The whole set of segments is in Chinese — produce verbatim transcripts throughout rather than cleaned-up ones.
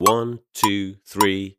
One, two, three.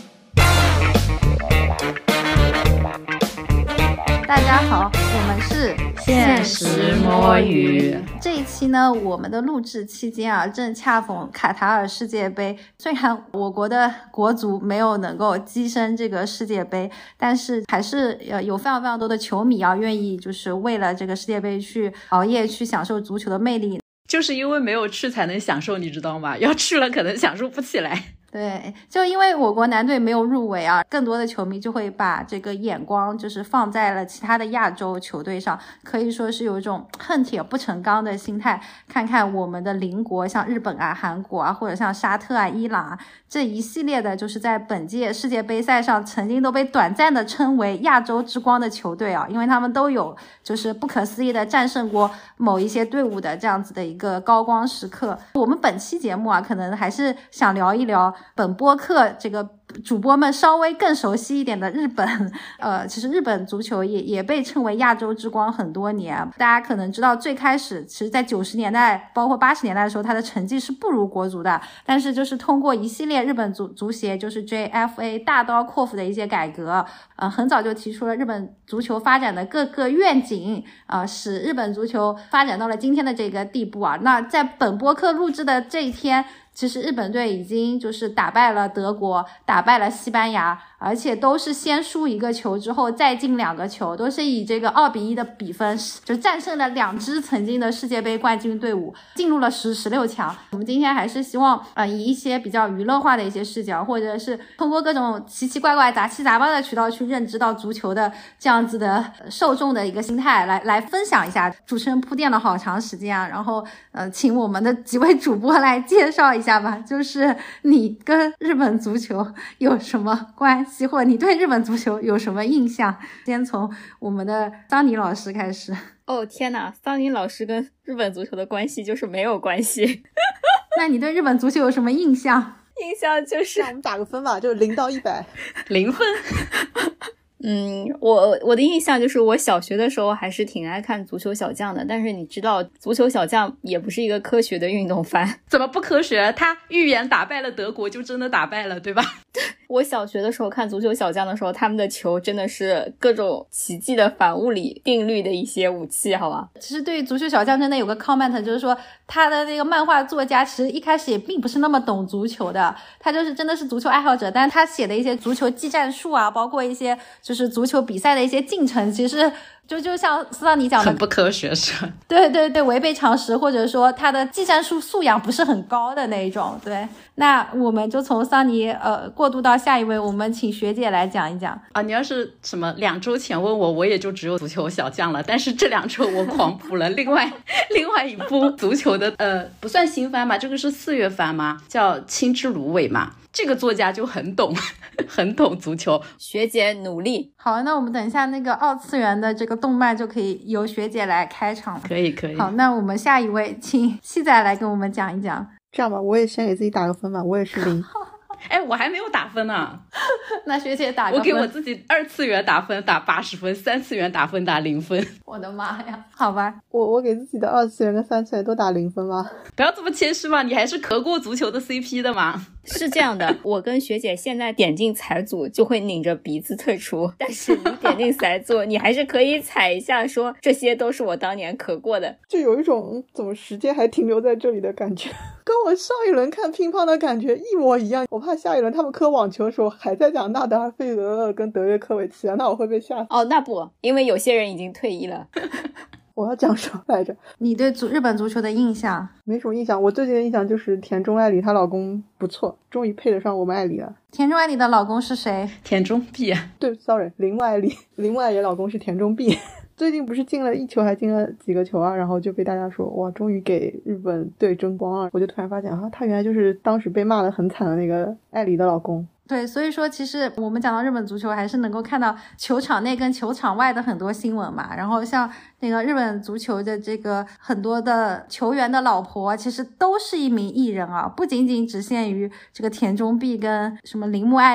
大家好，我们是现实摸鱼。 这一期呢，我们的录制期间啊，正恰逢卡塔尔世界杯。虽然我国的国足没有能够跻身这个世界杯，但是还是呃有非常非常多的球迷啊，愿意就是为了这个世界杯去熬夜去享受足球的魅力。 就是因为没有去才能享受，你知道吗？要去了可能享受不起来。 对，就因为我国男队没有入围啊，更多的球迷就会把这个眼光就是放在了其他的亚洲球队上，可以说是有一种恨铁不成钢的心态。看看我们的邻国，像日本啊、韩国啊，或者像沙特啊、伊朗啊，这一系列的就是在本届世界杯赛上曾经都被短暂的称为亚洲之光的球队啊，因为他们都有就是不可思议的战胜过某一些队伍的这样子的一个高光时刻。我们本期节目啊，可能还是想聊一聊本播客这个主播们稍微更熟悉一点的日本。呃，其实日本足球也也被称为亚洲之光很多年。大家可能知道，最开始其实在九十年代包括八十年代的时候，它的成绩是不如国足的，但是就是通过一系列日本足足协就是 J F A 大刀阔斧的一些改革，呃，很早就提出了日本足球发展的各个愿景，呃，使日本足球发展到了今天的这个地步啊。那在本播客录制的这一天，其实日本队已经就是打败了德国，打败了西班牙，而且都是先输一个球之后再进两个球，都是以这个二比一的比分就战胜了两支曾经的世界杯冠军队伍，进入了十十六强。我们今天还是希望呃以一些比较娱乐化的一些视角，或者是通过各种奇奇怪怪杂七杂八的渠道去认知到足球的这样子的受众的一个心态，来来分享一下。主持人铺垫了好长时间啊，然后呃请我们的几位主播来介绍一下吧，就是你跟日本足球有什么关系，或者你对日本足球有什么印象？先从我们的桑尼老师开始。 哦天哪，桑尼老师跟日本足球的关系就是没有关系。 那你对日本足球有什么印象？ 印象就是让我们打个分吧，就零到一百， 零分。 嗯，我我的印象就是我小学的时候还是挺爱看足球小将的，但是你知道足球小将也不是一个科学的运动番。 怎么不科学？他预言打败了德国就真的打败了，对吧？ 我小学的时候看足球小将的时候，他们的球真的是各种奇迹的反物理定律的一些武器，好吧。 其实对于足球小将真的有个 comment， 就是说他的那个漫画作家其实一开始也并不是那么懂足球的，他就是真的是足球爱好者，但是他写的一些足球技战术啊，包括一些就是足球比赛的一些进程，其实就就像斯桑尼讲的很不科学是吧？ 对对对，违背常识，或者说他的技战术素养不是很高的那一种。对，那我们就从桑尼呃过渡到下一位，我们请学姐来讲一讲啊。你要是什么两周前问我，我也就只有足球小将了，但是这两周我狂补了另外另外一部足球的呃不算新番吧，这个是四月番嘛，叫《青之芦苇》嘛。这个作家就很懂很懂足球， 学姐努力。 好，那我们等一下那个二次元的这个动漫就可以由学姐来开场。 可以可以。 好，那我们下一位请西仔来跟我们讲一讲。 这样吧，我也先给自己打个分吧，我也是零。 哎，我还没有打分呢、啊。 那学姐打个分。 我给我自己二次元打分打八十分，三次元打分打零分。 我的妈呀！好吧， 我我给自己的二次元跟三次元都打零分吗？ 不要这么谦虚嘛，你还是磕过足球的 C P 的嘛。 是这样的，我跟学姐现在点进彩组就会拧着鼻子退出，但是你点进彩组你还是可以踩一下说这些都是我当年磕过的， 就有一种怎么时间还停留在这里的感觉，跟我上一轮看乒乓的感觉一模一样。我怕下一轮他们磕网球的时候还在讲纳达尔费德勒跟德约科维奇啊，那我会被吓死。 哦，那不，因为有些人已经退役了。 我要讲什么来着？ 你对足日本足球的印象？ 没什么印象，我最近的印象就是田中爱理她老公不错，终于配得上我们爱理了。 田中爱理的老公是谁？ 田中碧。 对 sorry 铃木爱理，铃木爱理老公是田中碧。最近不是进了一球还进了几个球啊，然后就被大家说哇终于给日本队争光了，我就突然发现啊，他原来就是当时被骂得很惨的那个爱理的老公。 对，所以说其实我们讲到日本足球还是能够看到球场内跟球场外的很多新闻嘛，然后像那个日本足球的这个很多的球员的老婆其实都是一名艺人啊，不仅仅只限于这个田中碧跟什么铃木爱理，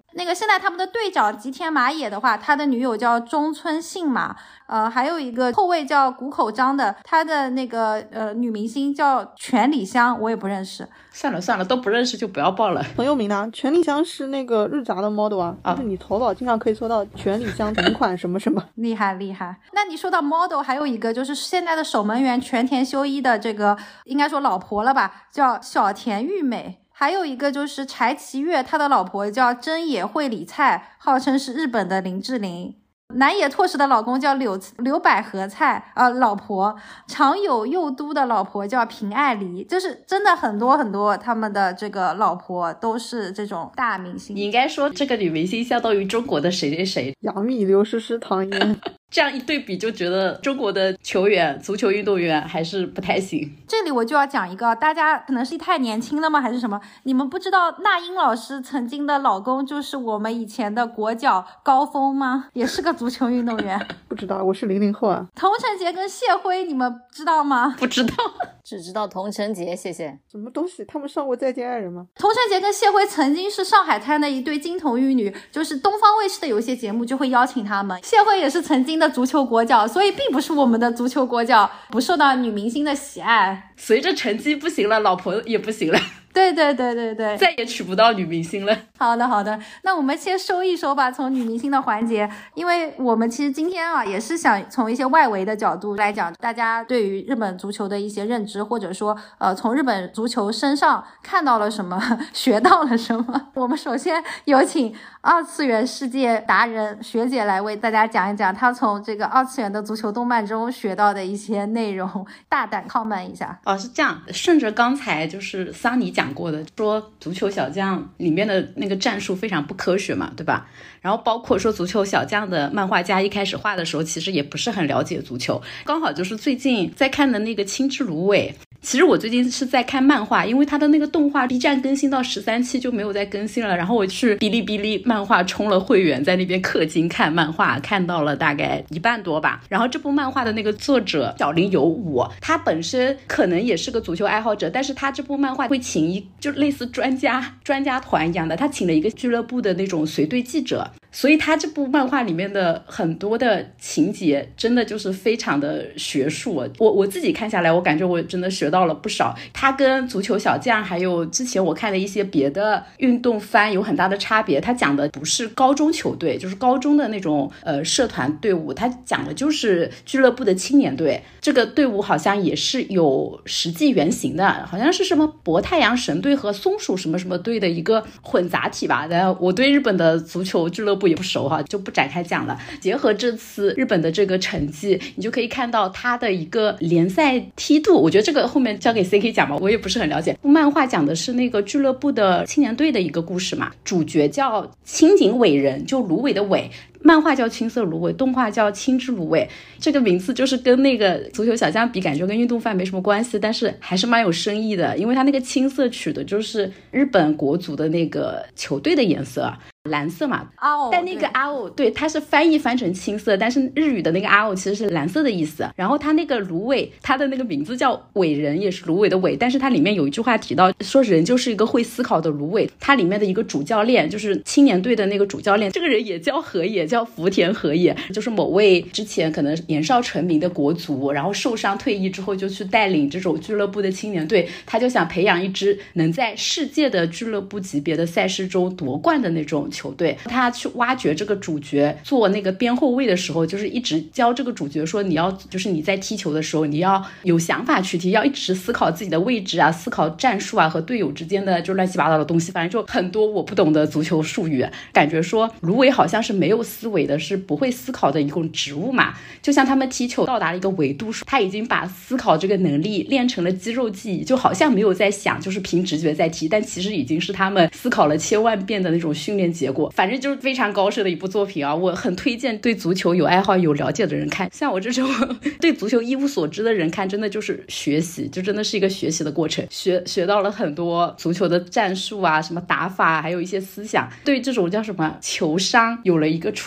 那个现在他们的队长吉田麻也的话，他的女友叫中村信马，呃，还有一个后卫叫谷口彰的，他的那个呃女明星叫全里香，我也不认识。 算了算了，都不认识就不要报了。 很有名的、啊，全里香是那个日杂的 model 啊，啊就是你淘宝经常可以搜到全里香同款什么什么， 厉害厉害。那你说到 model， 还有一个就是现在的守门员全田修一的这个应该说老婆了吧，叫小田裕美。还有一个就是柴崎岳，他的老婆叫真野惠里菜，号称是日本的林志玲。南野拓实的老公叫柳柳百合菜，呃，老婆长友佑都的老婆叫平爱梨，就是真的很多很多他们的这个老婆都是这种大明星。 你应该说这个女明星相当于中国的谁谁谁， 杨幂、刘诗诗、唐嫣。 这样一对比就觉得中国的球员足球运动员还是不太行。 这里我就要讲一个，大家可能是太年轻了吗还是什么，你们不知道那英老师曾经的老公就是我们以前的国脚高峰吗？也是个足球运动员。 不知道，我是零零后啊。 童承杰跟谢辉你们知道吗？ 不知道， 只知道童承杰，谢谢。 什么东西？他们上过《再见爱人》吗？ 童承杰跟谢辉曾经是上海滩的一对金童玉女，就是东方卫视的有些节目就会邀请他们。谢辉也是曾经的足球国脚，所以并不是我们的足球国脚不受到女明星的喜爱。 随着成绩不行了，老婆也不行了。 对对对对对， 再也娶不到女明星了。 好的好的，那我们先收一收吧，从女明星的环节，因为我们其实今天啊也是想从一些外围的角度来讲，大家对于日本足球的一些认知，或者说呃从日本足球身上看到了什么，学到了什么。我们首先有请二次元世界达人学姐来为大家讲一讲她从这个二次元的足球动漫中学到的一些内容，大胆comment一下。 哦，是这样，顺着刚才就是桑尼讲过的，说足球小将里面的那个战术非常不科学嘛，对吧？然后包括说足球小将的漫画家一开始画的时候其实也不是很了解足球，刚好就是最近在看的那个青之芦苇。其实我最近是在看漫画，因为它的那个动画 B 站更新到十三期就没有再更新了，然后我去哔哩哔哩漫画充了会员，在那边氪金看漫画，看到了大概一半多吧。然后这部漫画的那个作者小林有武，他本身可能也是个足球爱好者，但是他这部漫画会请一就类似专家专家团一样的，他请了一个俱乐部的那种随队记者，所以他这部漫画里面的很多的情节真的就是非常的学术。我我自己看下来，我感觉我真的学到了不少。他跟足球小将还有之前我看的一些别的运动番有很大的差别，他讲的不是高中球队，就是高中的那种呃社团队伍，他讲的就是俱乐部的青年队。这个队伍好像也是有实际原型的，好像是什么博太阳神队和松鼠什么什么队的一个混杂体吧。但我对日本的足球俱乐部也不熟哈，就不展开讲了。结合这次日本的这个成绩，你就可以看到他的一个联赛梯度。我觉得这个后面交给 C K 讲吧，我也不是很了解。漫画讲的是那个俱乐部的青年队的一个故事嘛，主角叫青井伟人，就芦苇的苇。漫画叫青色芦苇，动画叫青之芦苇。这个名字就是跟那个足球小将比，感觉跟运动番没什么关系，但是还是蛮有深意的，因为它那个青色取的就是日本国足的那个球队的颜色，蓝色嘛。 哦， 但那个阿欧对，它是翻译翻成青色，但是日语的那个阿欧其实是蓝色的意思。然后它那个芦苇，它的那个名字叫苇人，也是芦苇的苇，但是它里面有一句话提到说人就是一个会思考的芦苇。它里面的一个主教练就是青年队的那个主教练，这个人也叫河野，叫福田和也，就是某位之前可能年少成名的国足，然后受伤退役之后就去带领这种俱乐部的青年队，他就想培养一支能在世界的俱乐部级别的赛事中夺冠的那种球队。他去挖掘这个主角做那个边后卫的时候，就是一直教这个主角说，你要就是你在踢球的时候你要有想法去踢，要一直思考自己的位置啊，思考战术啊和队友之间的就乱七八糟的东西，反正就很多我不懂的足球术语。感觉说芦苇好像是没有思维的，是不会思考的一种植物嘛，就像他们踢球到达了一个维度，他已经把思考这个能力练成了肌肉记忆，就好像没有在想，就是凭直觉在踢，但其实已经是他们思考了千万遍的那种训练结果。反正就是非常高深的一部作品啊，我很推荐对足球有爱好有了解的人看，像我这种对足球一无所知的人看，真的就是学习，就真的是一个学习的过程，学学到了很多足球的战术啊，什么打法，还有一些思想，对这种叫什么球商有了一个初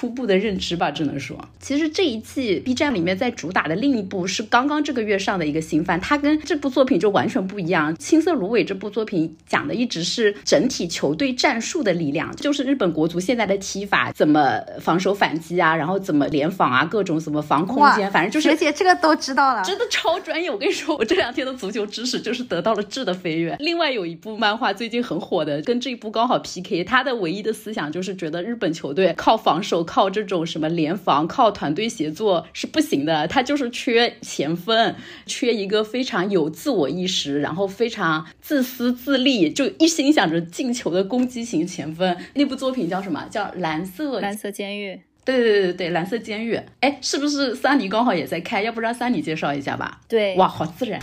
初步的认知吧，只能说。其实这一季 B 站里面在主打的另一部是刚刚这个月上的一个新番，它跟这部作品就完全不一样。青色芦苇这部作品讲的一直是整体球队战术的力量，就是日本国足现在的踢法怎么防守反击啊，然后怎么联防啊，各种什么防空间，反正就是学姐这个都知道了， 真的超专业。我跟你说，我这两天的足球知识就是得到了质的飞跃。另外有一部漫画最近很火的，跟这一部刚好 P K， 它的唯一的思想就是觉得日本球队靠防守靠这种什么联防靠团队协作是不行的，他就是缺前锋，缺一个非常有自我意识然后非常自私自利就一心想着进球的攻击型前锋。那部作品叫什么？叫蓝色蓝色监狱。 对对对对，蓝色监狱。哎，是不是桑尼刚好也在开？要不让桑尼介绍一下吧？ 对， 哇，好自然。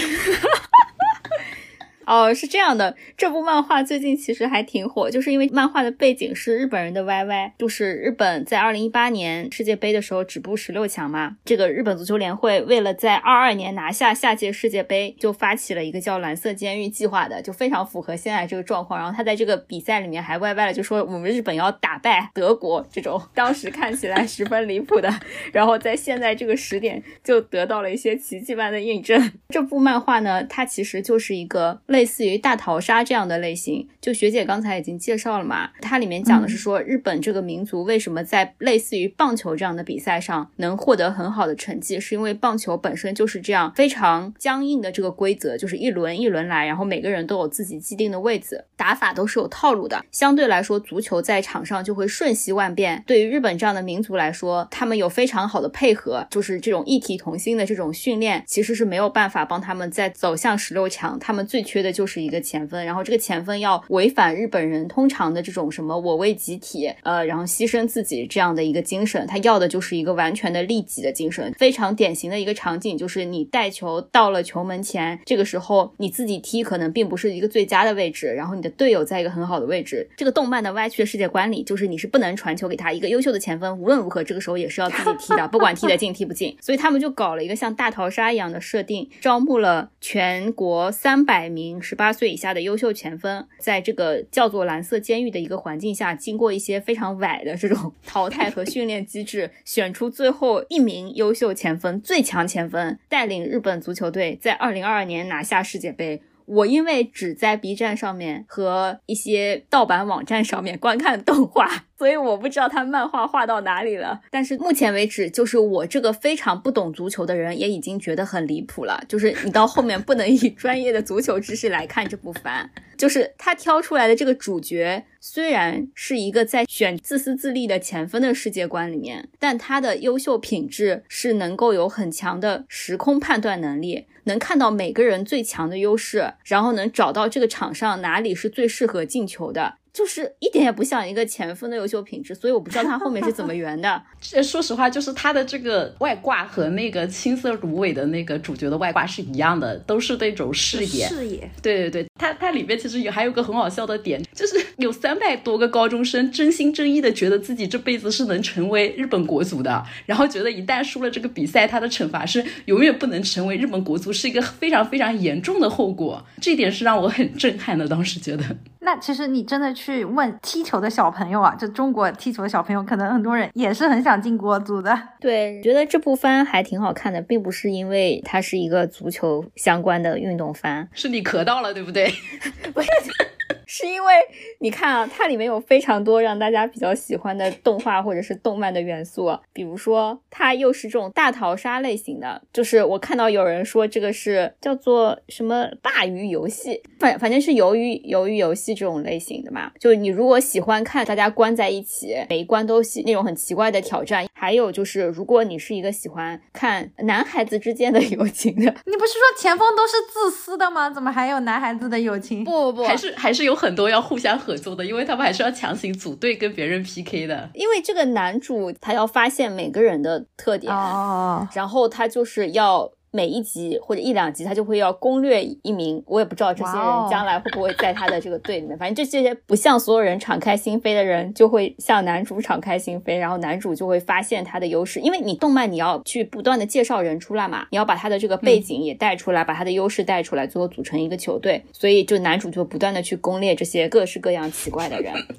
哦，是这样的，这部漫画最近其实还挺火，就是因为漫画的背景是日本人的 Y Y， 就是日本在二零一八年世界杯的时候止步十六强嘛，这个日本足球联会为了在二二年拿下下届世界杯，就发起了一个叫蓝色监狱计划的，就非常符合现在这个状况。然后他在这个比赛里面还 Y Y 了，就说我们日本要打败德国，这种当时看起来十分离谱的，然后在现在这个时点就得到了一些奇迹般的印证。这部漫画呢，它其实就是一个类似于大逃杀这样的类型，就学姐刚才已经介绍了嘛，它里面讲的是说日本这个民族为什么在类似于棒球这样的比赛上能获得很好的成绩，是因为棒球本身就是这样非常僵硬的这个规则，就是一轮一轮来，然后每个人都有自己既定的位置，打法都是有套路的。相对来说足球在场上就会瞬息万变，对于日本这样的民族来说，他们有非常好的配合，就是这种一体同心的这种训练其实是没有办法帮他们再走向十六强，他们最缺的就是一个前锋，然后这个前锋要违反日本人通常的这种什么我为集体呃，然后牺牲自己这样的一个精神，他要的就是一个完全的利己的精神。非常典型的一个场景就是你带球到了球门前，这个时候你自己踢可能并不是一个最佳的位置，然后你的队友在一个很好的位置，这个动漫的歪曲的世界观里就是你是不能传球给他，一个优秀的前锋无论如何这个时候也是要自己踢的，不管踢得进踢不进。所以他们就搞了一个像大逃杀一样的设定，招募了全国三百名十八岁以下的优秀前锋，在这个叫做蓝色监狱的一个环境下，经过一些非常歪的这种淘汰和训练机制，选出最后一名优秀前锋，最强前锋，带领日本足球队在二零二二年拿下世界杯。我因为只在 B 站上面和一些盗版网站上面观看动画，所以我不知道他漫画画到哪里了。但是目前为止，就是我这个非常不懂足球的人也已经觉得很离谱了，就是你到后面不能以专业的足球知识来看这部番。就是他挑出来的这个主角虽然是一个在选自私自利的前锋的世界观里面，但他的优秀品质是能够有很强的时空判断能力，能看到每个人最强的优势，然后能找到这个场上哪里是最适合进球的，就是一点也不像一个前锋的优秀品质，所以我不知道他后面是怎么圆的。 说实话，就是他的这个外挂和那个青色芦苇的那个主角的外挂是一样的，都是那种视野。 视野， 对对对，它它里面其实有还有个很好笑的点，就是有三百多个高中生真心真意的觉得自己这辈子是能成为日本国足的，然后觉得一旦输了这个比赛，他的惩罚是永远不能成为日本国足，是一个非常非常严重的后果。这一点是让我很震撼的，当时觉得。 那其实你真的去问踢球的小朋友啊，就中国踢球的小朋友，可能很多人也是很想进国足的。 对，觉得这部番还挺好看的，并不是因为它是一个足球相关的运动番， 是你咳到了对不对？ 不是，是因为你看啊，它里面有非常多让大家比较喜欢的动画或者是动漫的元素，比如说它又是这种大逃杀类型的，就是我看到有人说这个是叫做什么鲅鱼游戏，反反正是鱿鱼鱿鱼游戏这种类型的嘛。就你如果喜欢看大家关在一起，每一关都是那种很奇怪的挑战，还有就是如果你是一个喜欢看男孩子之间的友情的， 你不是说前锋都是自私的吗？怎么还有男孩子的友情？ 不不不， 还是还是有很多要互相合作的，因为他们还是要强行组队跟别人 P K 的。 因为这个男主他要发现每个人的特点， 哦， 然后他就是要每一集或者一两集他就会要攻略一名，我也不知道这些人将来会不会在他的这个队里面，反正这些不向所有人敞开心扉的人就会向男主敞开心扉，然后男主就会发现他的优势，因为你动漫你要去不断的介绍人出来嘛，你要把他的这个背景也带出来、嗯、把他的优势带出来，最后组成一个球队，所以就男主就不断的去攻略这些各式各样奇怪的人。 我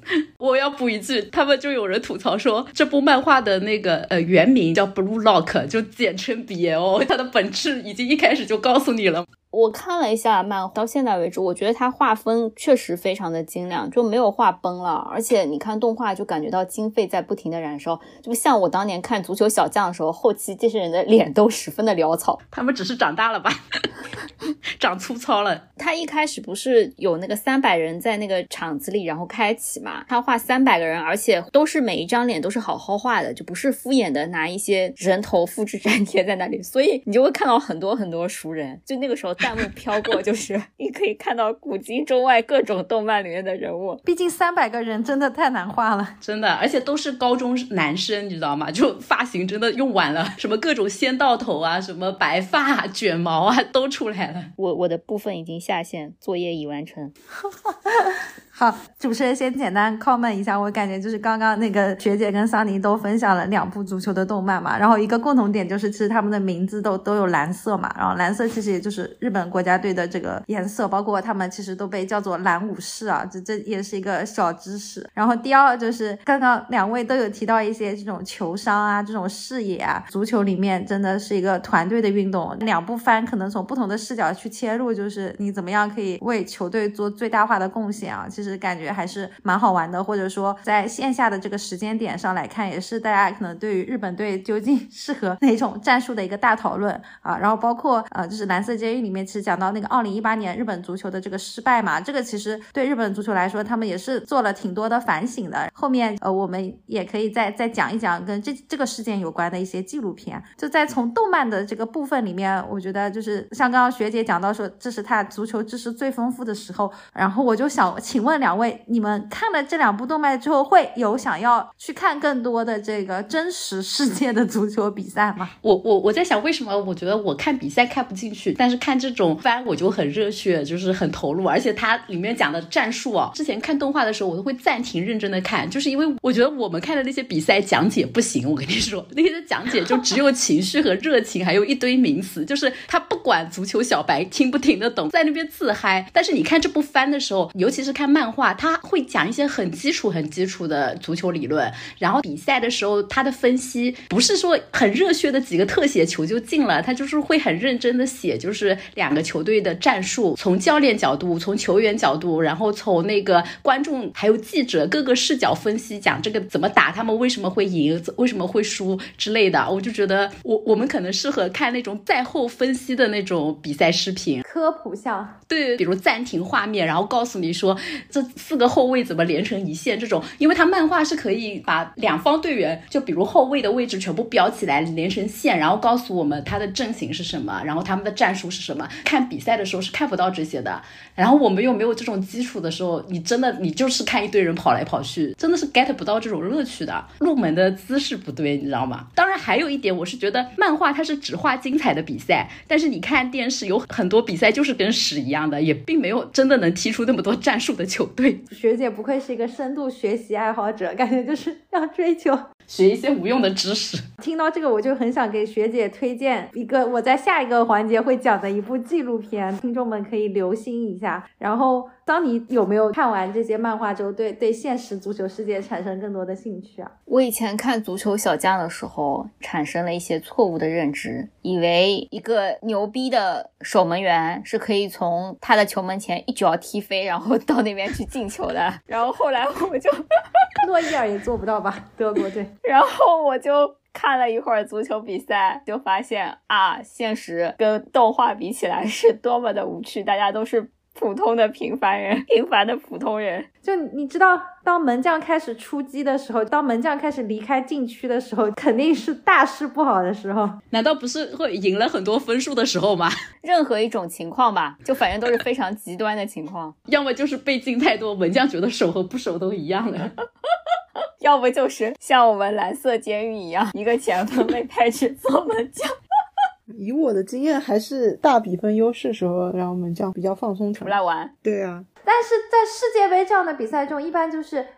我要补一句，他们就有人吐槽说这部漫画的那个呃原名叫 Blue Lock， 就简称 B L O， 它的本质已经一开始就告诉你了。 我看了一下漫画，到现在为止，我觉得它画风确实非常的精良，就没有画崩了。而且你看动画就感觉到经费在不停的燃烧，就不像我当年看足球小将的时候，后期这些人的脸都十分的潦草。 他们只是长大了吧长粗糙了。 他一开始不是有那个三百人在那个场子里然后开启嘛，他画三百个人，而且都是每一张脸都是好好画的，就不是敷衍的拿一些人头复制粘贴在那里，所以你就会看到很多很多熟人。就那个时候弹幕飘过，就是你可以看到古今中外各种动漫里面的人物。 毕竟三百个人真的太难画了， 真的，而且都是高中男生，你知道吗？就发型真的用完了，什么各种仙道头啊，什么白发卷毛啊都出来了。 我我的部分已经下线，作业已完成。 好，主持人先简单 comment 一下，我感觉就是刚刚那个学姐跟桑尼都分享了两部足球的动漫嘛，然后一个共同点就是其实他们的名字都都有蓝色嘛，然后蓝色其实也就是日本国家队的这个颜色，包括他们其实都被叫做蓝武士啊，这这也是一个小知识。然后第二就是刚刚两位都有提到一些这种球商啊，这种视野啊，足球里面真的是一个团队的运动，两部番可能从不同的视角去切入，就是你怎么样可以为球队做最大化的贡献啊，其实感觉还是蛮好玩的，或者说在线下的这个时间点上来看，也是大家可能对于日本队究竟适合哪种战术的一个大讨论啊。然后包括呃，就是蓝色监狱里面其实讲到那个二零一八年日本足球的这个失败嘛，这个其实对日本足球来说他们也是做了挺多的反省的。后面呃，我们也可以再再讲一讲跟这这个事件有关的一些纪录片。就在从动漫的这个部分里面，我觉得就是像刚刚学姐讲到说这是他足球知识最丰富的时候，然后我就想请问两位，你们看了这两部动漫之后会有想要去看更多的这个真实世界的足球比赛吗？ 我我我在想为什么我觉得我看比赛看不进去，但是看这种番我就很热血，就是很投入，而且它里面讲的战术啊，之前看动画的时候我都会暂停认真的看，就是因为我觉得我们看的那些比赛讲解不行，我跟你说那些讲解就只有情绪和热情还有一堆名词，就是他不管足球小白听不听得懂，在那边自嗨。但是你看这部番的时候，尤其是看漫画，他会讲一些很基础很基础的足球理论，然后比赛的时候他的分析不是说很热血的几个特写球就进了，他就是会很认真的写，就是两个球队的战术，从教练角度，从球员角度，然后从那个观众还有记者各个视角分析，讲这个怎么打，他们为什么会赢，为什么会输之类的。我就觉得我我们可能适合看那种赛后分析的那种比赛视频， 科普项。 对，比如暂停画面，然后告诉你说这四个后卫怎么连成一线这种，因为他漫画是可以把两方队员就比如后卫的位置全部标起来连成线，然后告诉我们他的阵型是什么，然后他们的战术是什么。看比赛的时候是看不到这些的，然后我们又没有这种基础的时候，你真的你就是看一堆人跑来跑去，真的是 get 不到这种乐趣的，入门的姿势不对，你知道吗？当然还有一点，我是觉得漫画它是只画精彩的比赛，但是你看电视有很多比赛就是跟屎一样的，也并没有真的能踢出那么多战术的球队。 学姐不愧是一个深度学习爱好者，感觉就是要追求学一些无用的知识。 听到这个我就很想给学姐推荐一个我在下一个环节会讲的一部纪录片，听众们可以留心一下。然后当你有没有看完这些漫画之后对对现实足球世界产生更多的兴趣啊？ 我以前看足球小将的时候产生了一些错误的认知，以为一个牛逼的守门员是可以从他的球门前一脚踢飞然后到那边去进球的，然后后来我就诺伊尔也做不到吧，德国队。 然后我就看了一会儿足球比赛，就发现啊，现实跟动画比起来是多么的无趣，大家都是普通的平凡人，平凡的普通人。 就你知道当门将开始出击的时候，当门将开始离开禁区的时候，肯定是大事不好的时候。 难道不是会赢了很多分数的时候吗？ 任何一种情况吧，就反正都是非常极端的情况。 要么就是被禁太多，门将觉得守和不守都一样了。 要不就是像我们蓝色监狱一样，一个前锋被派去做门将。 以我的经验，还是大比分优势时候让门将比较放松出来玩。 对啊， 但是在世界杯这样的比赛中，一般就是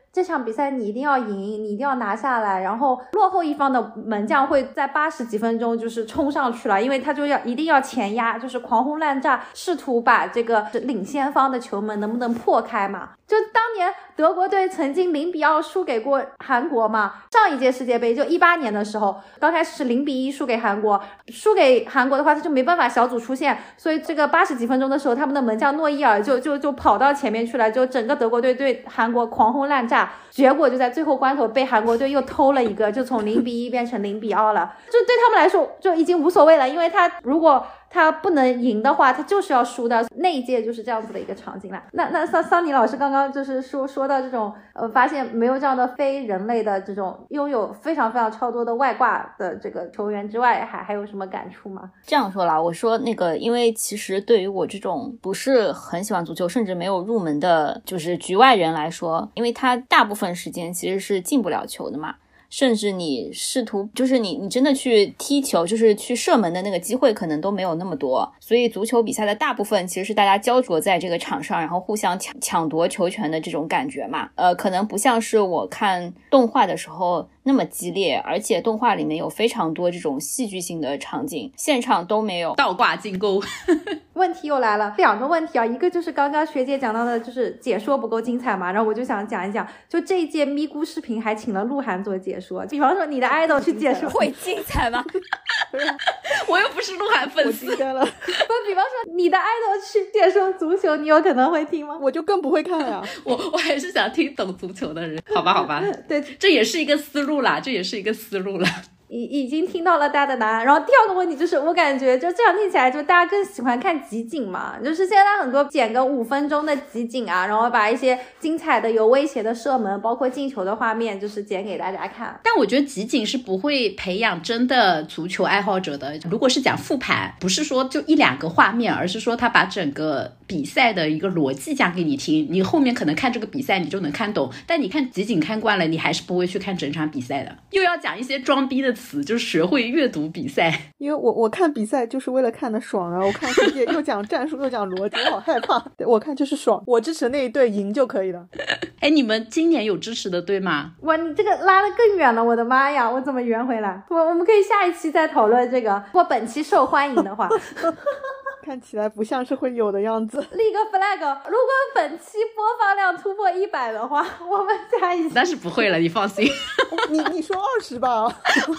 这场比赛你一定要赢，你一定要拿下来，然后落后一方的门将会在八十几分钟就是冲上去了，因为他就要一定要前压，就是狂轰滥炸，试图把这个领先方的球门能不能破开嘛。就当年德国队曾经零比二输给过韩国嘛，上一届世界杯就一八年的时候，刚开始是零比一输给韩国，输给韩国的话他就没办法小组出线，所以这个八十几分钟的时候，他们的门将诺伊尔就就就跑到前面去了，就整个德国队对韩国狂轰滥炸，结果就在最后关头被韩国队又偷了一个，就从零比一变成零比二了，就对他们来说就已经无所谓了，因为他如果他不能赢的话，他就是要输的。那一届就是这样子的一个场景啦。那那桑桑尼老师刚刚就是说说到这种呃，发现没有这样的非人类的这种拥有非常非常超多的外挂的这个球员之外，还还有什么感触吗？ 这样说啦，我说那个，因为其实对于我这种不是很喜欢足球，甚至没有入门的，就是局外人来说，因为他大部分时间其实是进不了球的嘛。甚至你试图就是你你真的去踢球，就是去射门的那个机会可能都没有那么多，所以足球比赛的大部分其实是大家焦灼在这个场上，然后互相抢抢夺球权的这种感觉嘛。呃，可能不像是我看动画的时候那么激烈，而且动画里面有非常多这种戏剧性的场景，现场都没有。 倒挂进攻问题又来了，两个问题啊，一个就是刚刚学姐讲到的，就是解说不够精彩嘛，然后我就想讲一讲，就这一届咪咕视频还请了鹿晗做解说，比方说你的 idol 去解说会精彩吗？ 我又不是鹿晗粉丝。 不，比方说你的 idol 去解说足球，你有可能会听吗？ 我就更不会看呀。 我我还是想听懂足球的人，好吧好吧。 对， 这也是一个思路啦，这也是一个思路啦。 已已经听到了大家的答案，然后第二个问题就是我感觉就这样听起来就大家更喜欢看集锦嘛，就是现在很多剪个五分钟的集锦啊，然后把一些精彩的有威胁的射门包括进球的画面就是剪给大家看。 但我觉得集锦是不会培养真的足球爱好者的，如果是讲复盘，不是说就一两个画面，而是说他把整个比赛的一个逻辑讲给你听，你后面可能看这个比赛你就能看懂，但你看集锦看惯了，你还是不会去看整场比赛的。又要讲一些装逼的词，就是学会阅读比赛。 因为我我看比赛就是为了看的爽啊，我看世界又讲战术又讲逻辑，我好害怕。我看就是爽，我支持那一队赢就可以了。 哎，你们今年有支持的队吗？ 哇，你这个拉得更远了，我的妈呀，我怎么圆回来？我我们可以下一期再讨论这个，如果本期受欢迎的话。 看起来不像是会有的样子。 立个 flag， 如果本期播放量突破一百的话，我们下一期。 那是不会了，你放心。 你你说二十吧。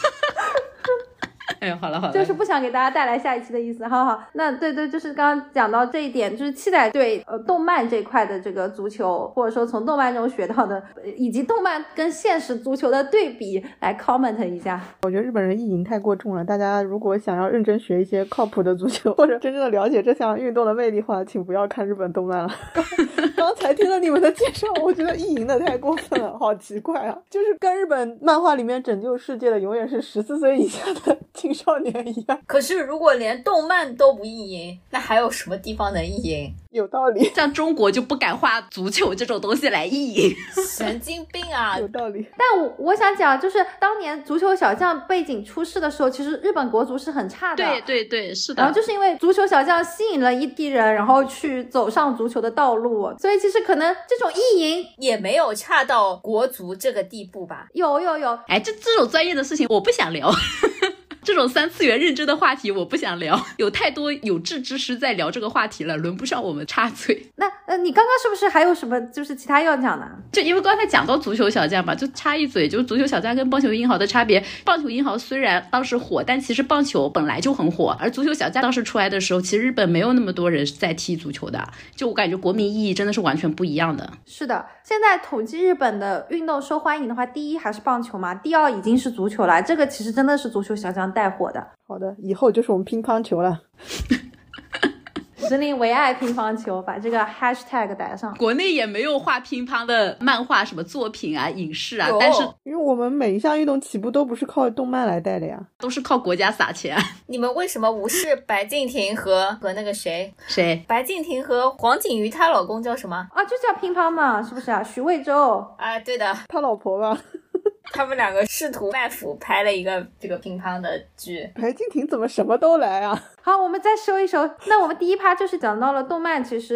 哎呦，好了好了， 就是不想给大家带来下一期的意思。好好，那对对，就是刚刚讲到这一点，就是期待对呃动漫这块的这个足球，或者说从动漫中学到的，以及动漫跟现实足球的对比来 comment 一下。 我觉得日本人意淫太过重了，大家如果想要认真学一些靠谱的足球，或者真正的了解这项运动的魅力的话，请不要看日本动漫了。刚才听了你们的介绍，我觉得意淫的太过分了，好奇怪啊！就是跟日本漫画里面拯救世界的永远是十四岁以下的青少年一样。 可是如果连动漫都不意淫，那还有什么地方能意淫？ 有道理。 像中国就不敢画足球这种东西来意淫。 神经病啊！ 有道理。 但我我想讲，就是当年足球小将背景出世的时候，其实日本国足是很差的。 对对对，是的。 然后就是因为足球小将吸引了一批人，然后去走上足球的道路，所以其实可能这种意淫也没有差到国足这个地步吧。 有有有， 哎，这这种专业的事情我不想聊。这种三次元认知的话题我不想聊，有太多有志之士在聊这个话题了，轮不上我们插嘴。 那呃，你刚刚是不是还有什么就是其他要讲的？ 就因为刚才讲到足球小将嘛，就插一嘴，就是足球小将跟棒球英豪的差别。棒球英豪虽然当时火，但其实棒球本来就很火，而足球小将当时出来的时候，其实日本没有那么多人在踢足球的，就我感觉国民意义真的是完全不一样的。 是的，现在统计日本的运动受欢迎的话，第一还是棒球嘛，第二已经是足球了，这个其实真的是足球小将带火的。 好的，以后就是我们乒乓球了。 实力唯爱乒乓球，把这个 hashtag 带上。 国内也没有画乒乓的漫画什么作品啊影视啊，但是因为我们每一项运动起步都不是靠动漫来带的呀， 都是靠国家撒钱。 你们为什么无视白敬亭和和那个谁谁白敬亭和黄景瑜她老公叫什么啊？就叫乒乓嘛，是不是啊？徐渭洲啊，对的， 他老婆吧。 他们两个试图卖腐拍了一个这个乒乓的剧。 白敬亭怎么什么都来啊？ 好，我们再收一收。那我们第一趴就是讲到了动漫，其实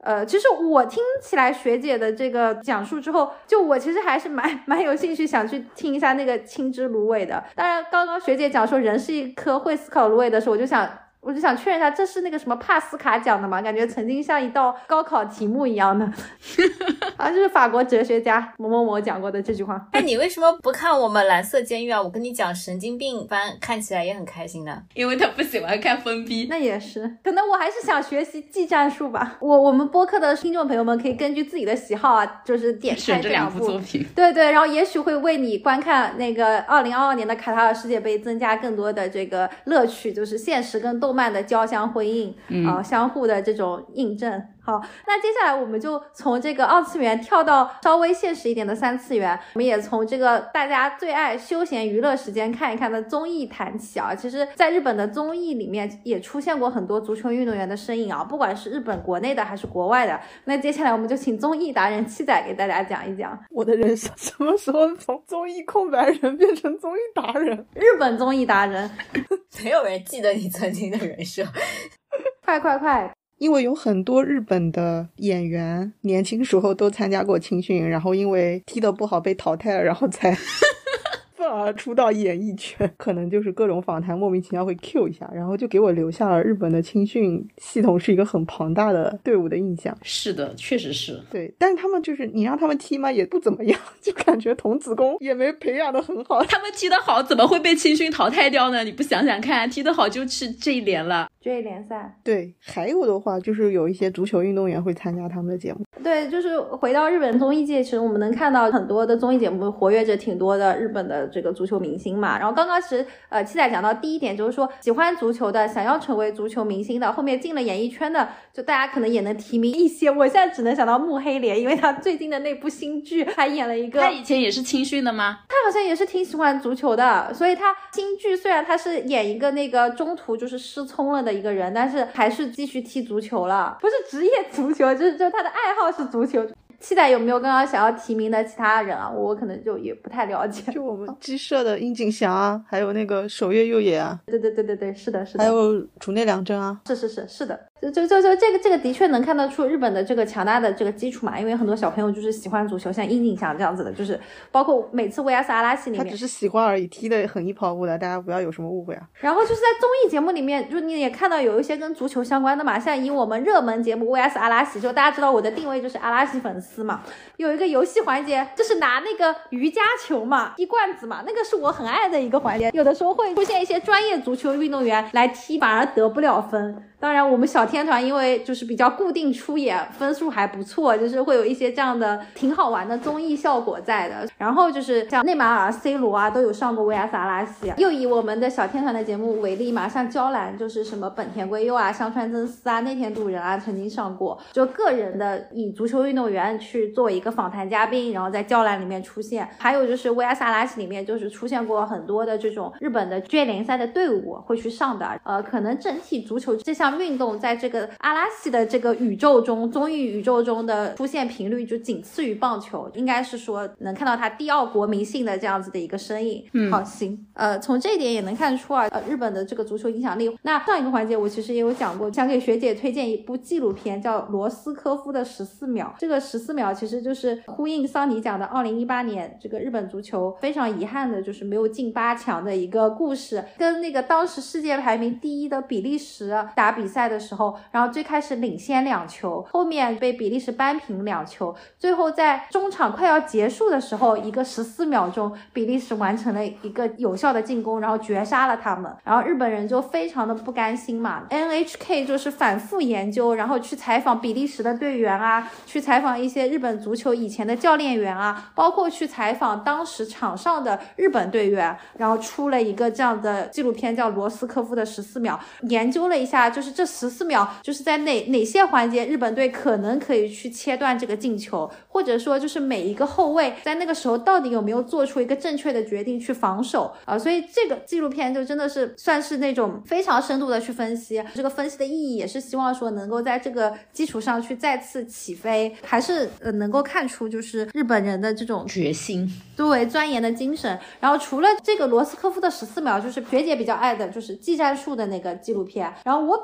呃，其实我听起来学姐的这个讲述之后，就我其实还是蛮蛮有兴趣想去听一下那个青之芦苇的。当然刚刚学姐讲说人是一颗会思考芦苇的时候，我就想我就想确认一下，这是那个什么帕斯卡讲的吗？感觉曾经像一道高考题目一样的啊，就是法国哲学家某某某讲过的这句话。 哎，你为什么不看我们蓝色监狱啊？我跟你讲，神经病番看起来也很开心的。 因为他不喜欢看分批。 那也是，可能我还是想学习技战术吧。我我们播客的听众朋友们可以根据自己的喜好啊，就是点开这两部作品。 对对，然后也许会为你观看那个二零二二年的卡塔尔世界杯增加更多的这个乐趣，就是现实跟动漫的交相辉映，嗯、呃，相互的这种印证。好，那接下来我们就从这个二次元跳到稍微现实一点的三次元，我们也从这个大家最爱休闲娱乐时间看一看的综艺谈起啊。其实在日本的综艺里面也出现过很多足球运动员的身影啊，不管是日本国内的还是国外的。那接下来我们就请综艺达人七仔给大家讲一讲。 我的人生什么时候从综艺空白人变成综艺达人？ 日本综艺达人没有人记得你曾经的人设快快快， 因为有很多日本的演员年轻时候都参加过青训，然后因为踢得不好被淘汰了，然后才愤而出到演艺圈，可能就是各种访谈莫名其妙会 Q 一下，然后就给我留下了日本的青训系统是一个很庞大的队伍的印象。 是的，确实是。 对，但是他们就是你让他们踢嘛也不怎么样，就感觉童子功也没培养的很好。 他们踢得好怎么会被青训淘汰掉呢？你不想想看，踢得好就是这一联了。 这一联赛。 对，还有的话就是有一些足球运动员会参加他们的节目。 对，就是回到日本综艺界，其实我们能看到很多的综艺节目活跃着挺多的日本的这个足球明星嘛。然后刚刚其实呃七仔讲到第一点，就是说喜欢足球的，想要成为足球明星的，后面进了演艺圈的，就大家可能也能提名一些。我现在只能想到木黑莲，因为他最近的那部新剧还演了一个。 他以前也是青训的吗？ 他好像也是挺喜欢足球的，所以他新剧虽然他是演一个那个中途就是失聪了的一个人，但是还是继续踢足球了，不是职业足球，就是就他的爱好是足球。期待有没有刚刚想要提名的其他人啊？我可能就也不太了解。 就我们鸡舍的樱井翔啊，还有那个守月佑也啊。 对对对对对，是的是的。 还有竹内良真啊。 是是是是的。就就就就这个这个的确能看得出日本的这个强大的这个基础嘛，因为很多小朋友就是喜欢足球，像樱井翔这样子的，就是包括每次 V S 阿拉西里面， 他只是喜欢而已，踢得很一跑步的，大家不要有什么误会啊。 然后就是在综艺节目里面，就你也看到有一些跟足球相关的嘛，像以我们热门节目 V S 阿拉西，就大家知道我的定位就是阿拉西粉丝嘛，有一个游戏环节就是拿那个瑜伽球嘛，踢罐子嘛，那个是我很爱的一个环节。有的时候会出现一些专业足球运动员来踢，反而得不了分。当然我们小天团因为就是比较固定出演，分数还不错，就是会有一些这样的挺好玩的综艺效果在的。然后就是像内马尔、C 罗啊都有上过 V S 阿拉西。又以我们的小天团的节目为例嘛，像娇兰就是什么本田圭佑啊、香川真司啊、内田笃人啊曾经上过，就个人的以足球运动员去作为一个访谈嘉宾，然后在娇兰里面出现。还有就是 V S 阿拉西里面就是出现过很多的这种日本的职业联赛的队伍会去上的。呃，可能整体足球这项运动在这个阿拉西的这个宇宙中，综艺宇宙中的出现频率就仅次于棒球，应该是说能看到它第二国民性的这样子的一个身影。嗯，好，行，呃，从这一点也能看出啊，呃，日本的这个足球影响力。那上一个环节我其实也有讲过，想给学姐推荐一部纪录片，叫《罗斯科夫的十四秒》。这个十四秒其实就是呼应桑尼讲的二零一八年这个日本足球非常遗憾的就是没有进八强的一个故事，跟那个当时世界排名第一的比利时打比赛的时候，然后最开始领先两球，后面被比利时扳平两球，最后在中场快要结束的时候，一个十四秒钟，比利时完成了一个有效的进攻，然后绝杀了他们。然后日本人就非常的不甘心嘛 ，N H K 就是反复研究，然后去采访比利时的队员啊，去采访一些日本足球以前的教练员啊，包括去采访当时场上的日本队员，然后出了一个这样的纪录片叫《罗斯科夫的十四秒》，研究了一下，就是这十四秒就是在哪哪些环节日本队可能可以去切断这个进球，或者说就是每一个后卫在那个时候到底有没有做出一个正确的决定去防守啊、呃，所以这个纪录片就真的是算是那种非常深度的去分析，这个分析的意义也是希望说能够在这个基础上去再次起飞，还是呃能够看出就是日本人的这种决心， 对，钻研的精神。然后除了这个罗斯科夫的十四秒，就是学姐比较爱的就是技战术的那个纪录片，然后我本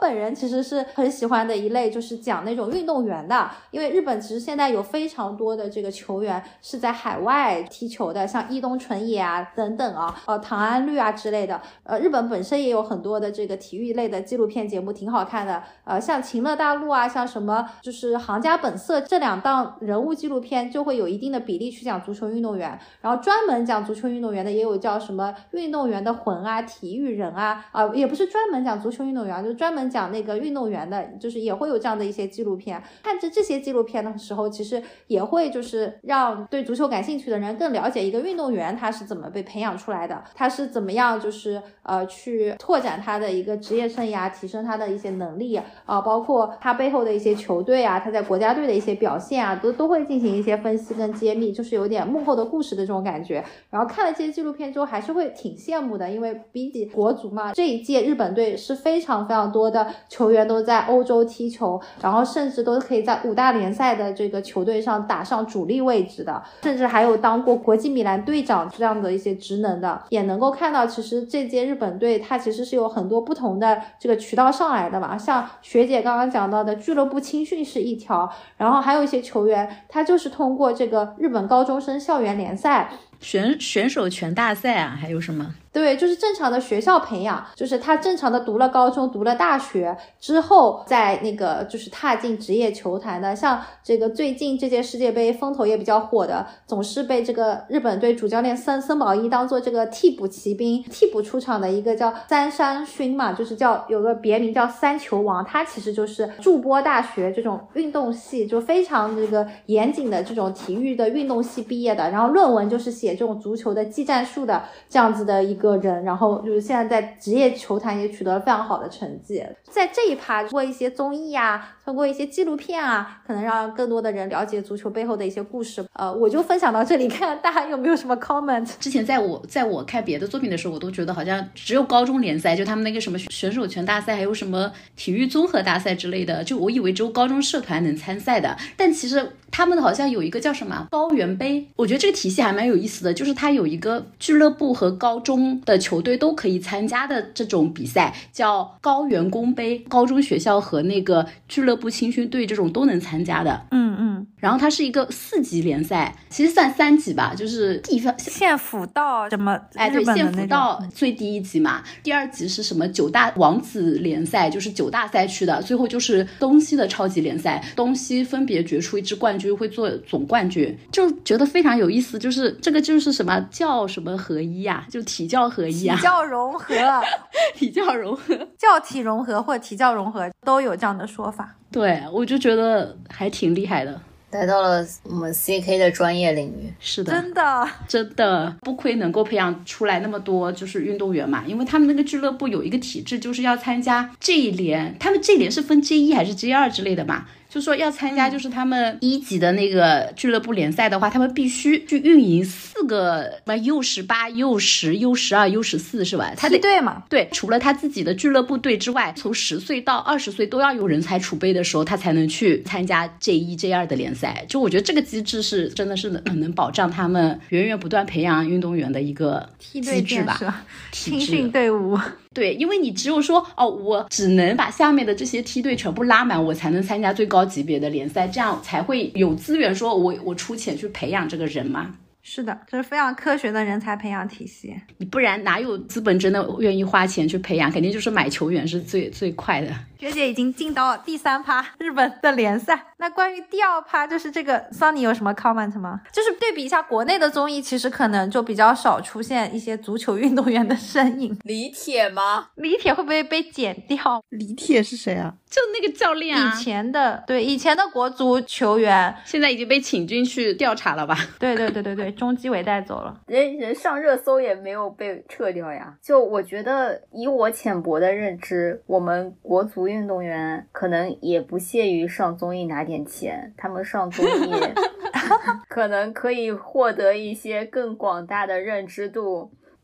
本人其实是很喜欢的一类，就是讲那种运动员的，因为日本其实现在有非常多的这个球员是在海外踢球的，像伊东纯也啊等等啊，呃唐安绿啊之类的。呃，日本本身也有很多的这个体育类的纪录片节目，挺好看的。呃，像情乐大陆啊，像什么就是行家本色这两档人物纪录片就会有一定的比例去讲足球运动员，然后专门讲足球运动员的也有叫什么运动员的魂啊、体育人啊，啊、呃、也不是专门讲足球运动员，就是专门讲那个运动员的，就是也会有这样的一些纪录片。看着这些纪录片的时候，其实也会就是让对足球感兴趣的人更了解一个运动员他是怎么被培养出来的，他是怎么样就是呃去拓展他的一个职业生涯，提升他的一些能力啊、呃，包括他背后的一些球队啊，他在国家队的一些表现啊，都都会进行一些分析跟揭秘，就是有点幕后的故事的这种感觉。然后看了这些纪录片之后还是会挺羡慕的，因为比起国足嘛，这一届日本队是非常非常多的球员都在欧洲踢球，然后甚至都可以在五大联赛的这个球队上打上主力位置的，甚至还有当过国际米兰队长这样的一些职能的，也能够看到其实这届日本队它其实是有很多不同的这个渠道上来的嘛，像学姐刚刚讲到的俱乐部青训是一条，然后还有一些球员他就是通过这个日本高中生校园联赛选选手权大赛啊，还有什么？ 对，就是正常的学校培养，就是他正常的读了高中读了大学之后在那个就是踏进职业球坛的。像这个最近这届世界杯风头也比较火的，总是被这个日本队主教练森森保一当做这个替补骑兵替补出场的一个叫三山勋嘛，就是叫有个别名叫三球王，他其实就是筑波大学这种运动系就非常这个严谨的这种体育的运动系毕业的，然后论文就是写这种足球的技战术的这样子的一个个人，然后就是现在在职业球坛也取得了非常好的成绩。在这一趴通过一些综艺啊，通过一些纪录片啊，可能让更多的人了解足球背后的一些故事。呃，我就分享到这里，看看大家有没有什么 comment。 之前在我在我看别的作品的时候，我都觉得好像只有高中联赛，就他们那个什么选手权大赛，还有什么体育综合大赛之类的，就我以为只有高中社团能参赛的，但其实他们好像有一个叫什么高原杯，我觉得这个体系还蛮有意思的，就是它有一个俱乐部和高中的球队都可以参加的这种比赛，叫高原公杯，高中学校和那个俱乐部青训队这种都能参加的。 嗯嗯， 然后它是一个四级联赛，其实算三级吧，就是地方县府到什么哎对，县府到最低一级嘛，第二级是什么九大王子联赛，就是九大赛区的，最后就是东西的超级联赛，东西分别决出一支冠军，会做总冠军，就觉得非常有意思。就是这个就是什么教什么合一啊，就体教合一啊， 体教融合体教融合， 教体融合或体教融合都有这样的说法。 对，我就觉得还挺厉害的， 来到了我们 C K 的专业领域。 是的， 真的真的不亏能够培养出来那么多就是运动员嘛，因为他们那个俱乐部有一个体制，就是要参加 J 联，他们 J 联是分 J 一还是 J 二之类的嘛，就说要参加就是他们一级的那个俱乐部联赛的话，他们必须去运营四个什么 U 十八 U 十 U 十二 U 十四是吧，他得对嘛， 对，除了他自己的俱乐部队之外，从十岁到二十岁都要有人才储备的时候，他才能去参加 J 一 J 二的联赛。就我觉得这个机制是真的是能能保障他们源源不断培养运动员的一个机制吧， 青训队伍。 对，因为你只有说哦，我只能把下面的这些梯队全部拉满，我才能参加最高级别的联赛，这样才会有资源说我我出钱去培养这个人嘛。 是的，这是非常科学的人才培养体系， 你不然哪有资本真的愿意花钱去培养，肯定就是买球员是最最快的。 学姐已经进到第三趴日本的联赛，那关于第二趴就是这个 Sunny 有什么 comment 吗？就是对比一下国内的综艺，其实可能就比较少出现一些足球运动员的身影。 李铁吗？ 李铁会不会被剪掉？ 李铁是谁啊？ 就那个教练啊， 以前的对以前的国足球员， 现在已经被请进去调查了吧？ 对对对对对，中基伟带走了， 人人上热搜也没有被撤掉呀。就我觉得以我浅薄的认知，我们国足运动员可能也不屑于上综艺拿点钱，他们上综艺可能可以获得一些更广大的认知度。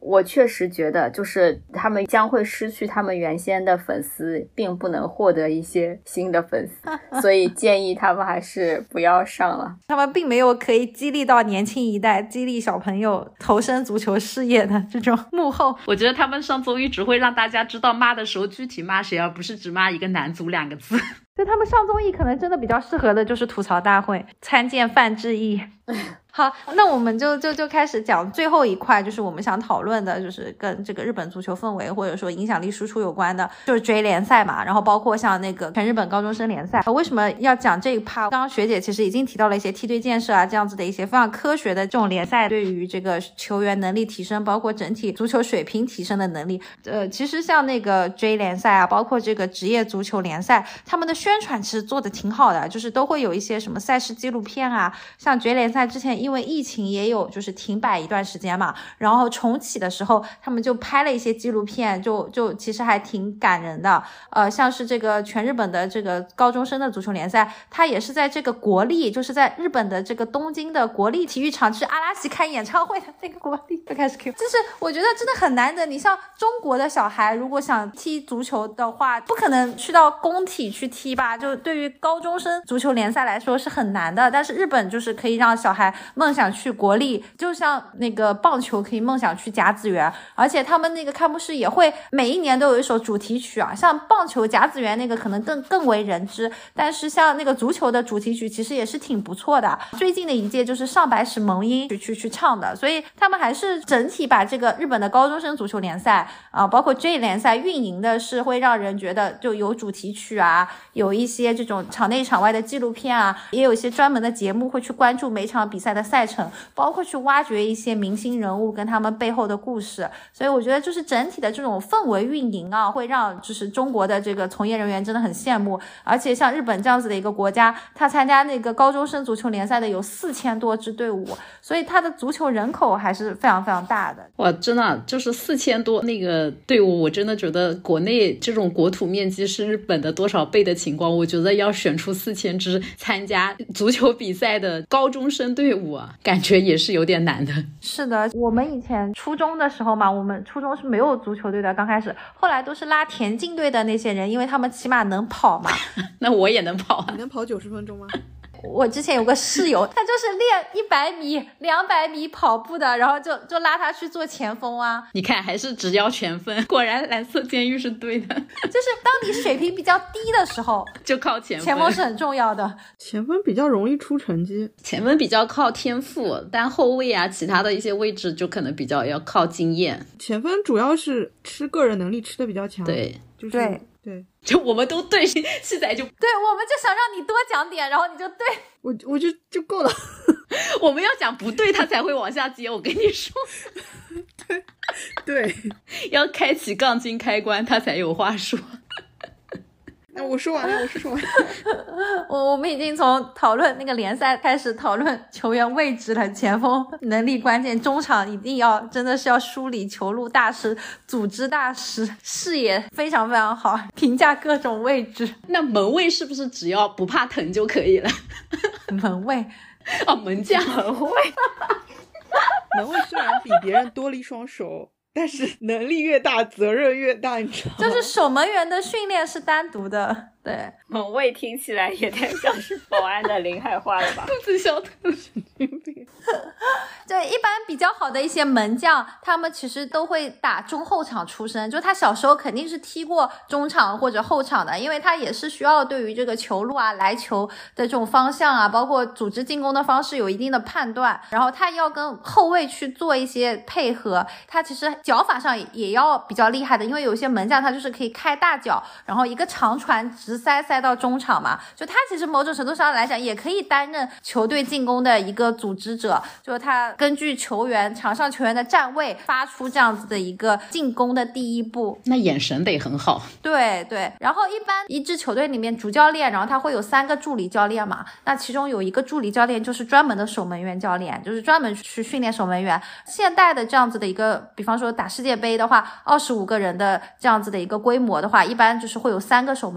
我确实觉得就是他们将会失去他们原先的粉丝，并不能获得一些新的粉丝，所以建议他们还是不要上了。 他们并没有可以激励到年轻一代，激励小朋友投身足球事业的这种幕后。 我觉得他们上综艺只会让大家知道骂的时候具体骂谁，而不是只骂一个男足两个字。 对，他们上综艺可能真的比较适合的就是吐槽大会，参见范志毅。好，那我们就就就开始讲最后一块，就是我们想讨论的，就是跟这个日本足球氛围或者说影响力输出有关的，就是追联赛嘛，然后包括像那个全日本高中生联赛。为什么要讲这一趴？刚刚学姐其实已经提到了一些梯队建设啊，这样子的一些非常科学的这种联赛对于这个球员能力提升，包括整体足球水平提升的能力。呃，其实像那个追联赛啊，包括这个职业足球联赛，他们的宣传其实做的挺好的，就是都会有一些什么赛事纪录片啊，像追联赛之前因为疫情也有就是停摆一段时间嘛，然后重启的时候他们就拍了一些纪录片，就就其实还挺感人的。呃，像是这个全日本的这个高中生的足球联赛，它也是在这个国立，就是在日本的这个东京的国立体育场，就是阿拉西开演唱会的那个国立，就开始 Q， 就是我觉得真的很难得。你像中国的小孩如果想踢足球的话，不可能去到工体去踢吧，就对于高中生足球联赛来说是很难的。但是日本就是可以让小孩梦想去国立，就像那个棒球可以梦想去甲子园，而且他们那个开幕式也会每一年都有一首主题曲啊，像棒球甲子园那个可能更更为人知，但是像那个足球的主题曲其实也是挺不错的。最近的一届就是上白石萌音去去去唱的，所以他们还是整体把这个日本的高中生足球联赛啊、呃，包括 J 联赛运营的是会让人觉得就有主题曲啊，有一些这种场内场外的纪录片啊，也有一些专门的节目会去关注每场比赛的赛程，包括去挖掘一些明星人物跟他们背后的故事。所以我觉得就是整体的这种氛围运营啊，会让就是中国的这个从业人员真的很羡慕。而且像日本这样子的一个国家，他参加那个高中生足球联赛的有四千多支队伍，所以他的足球人口还是非常非常大的。 哇，真的就是四千多那个队伍，我真的觉得国内这种国土面积是日本的多少倍的情况，我觉得要选出四千支参加足球比赛的高中生队伍啊，感觉也是有点难的。 是的，我们以前初中的时候嘛，我们初中是没有足球队的，刚开始，后来都是拉田径队的那些人，因为他们起码能跑嘛。 那我也能跑啊。 你能跑九十分钟吗？ 我之前有个室友，他就是练一百米、两百米跑步的，然后就就拉他去做前锋啊。 你看，还是只要全分，果然蓝色监狱是对的。 就是当你水平比较低的时候， 就靠前锋， 前锋是很重要的。 前锋比较容易出成绩， 前锋比较靠天赋，但后卫啊，其他的一些位置就可能比较要靠经验。 前锋主要是吃个人能力吃的比较强， 对， 就是对。 对， 就我们都对，细仔就对，我们就想让你多讲点，然后你就对我，我就就够了。 我们要讲不对，他才会往下接。我跟你说， 对对， 要开启杠精开关，他才有话说。 那我说完了，我是说完了。 我我们已经从讨论那个联赛开始讨论球员位置了，前锋能力关键，中场一定要真的是要梳理球路大师、组织大师，视野非常非常好，评价各种位置。 那门卫是不是只要不怕疼就可以了？ 门卫哦，门将门卫， 门卫虽然比别人多了一双手，但是能力越大责任越大，你知道吗？ 就是守门员的训练是单独的。对， 门卫听起来也太像是保安的临海话了吧？ 肚子小的神经病。 对，一般比较好的一些门将，他们其实都会打中后场出身，就他小时候肯定是踢过中场或者后场的，因为他也是需要对于这个球路啊、来球的这种方向啊，包括组织进攻的方式有一定的判断，然后他要跟后卫去做一些配合，他其实脚法上也要比较厉害的，因为有些门将他就是可以开大脚，然后一个长传直塞塞到中场嘛，就他其实某种程度上来讲也可以担任球队进攻的一个组织者，就是他根据球员场上球员的站位发出这样子的一个进攻的第一步。 那眼神得很好。 对对，然后一般一支球队里面主教练，然后他会有三个助理教练嘛，那其中有一个助理教练就是专门的守门员教练，就是专门去训练守门员。现代的这样子的一个，比方说打世界杯的话，二十五个人的这样子的一个规模的话，一般就是会有三个守门员。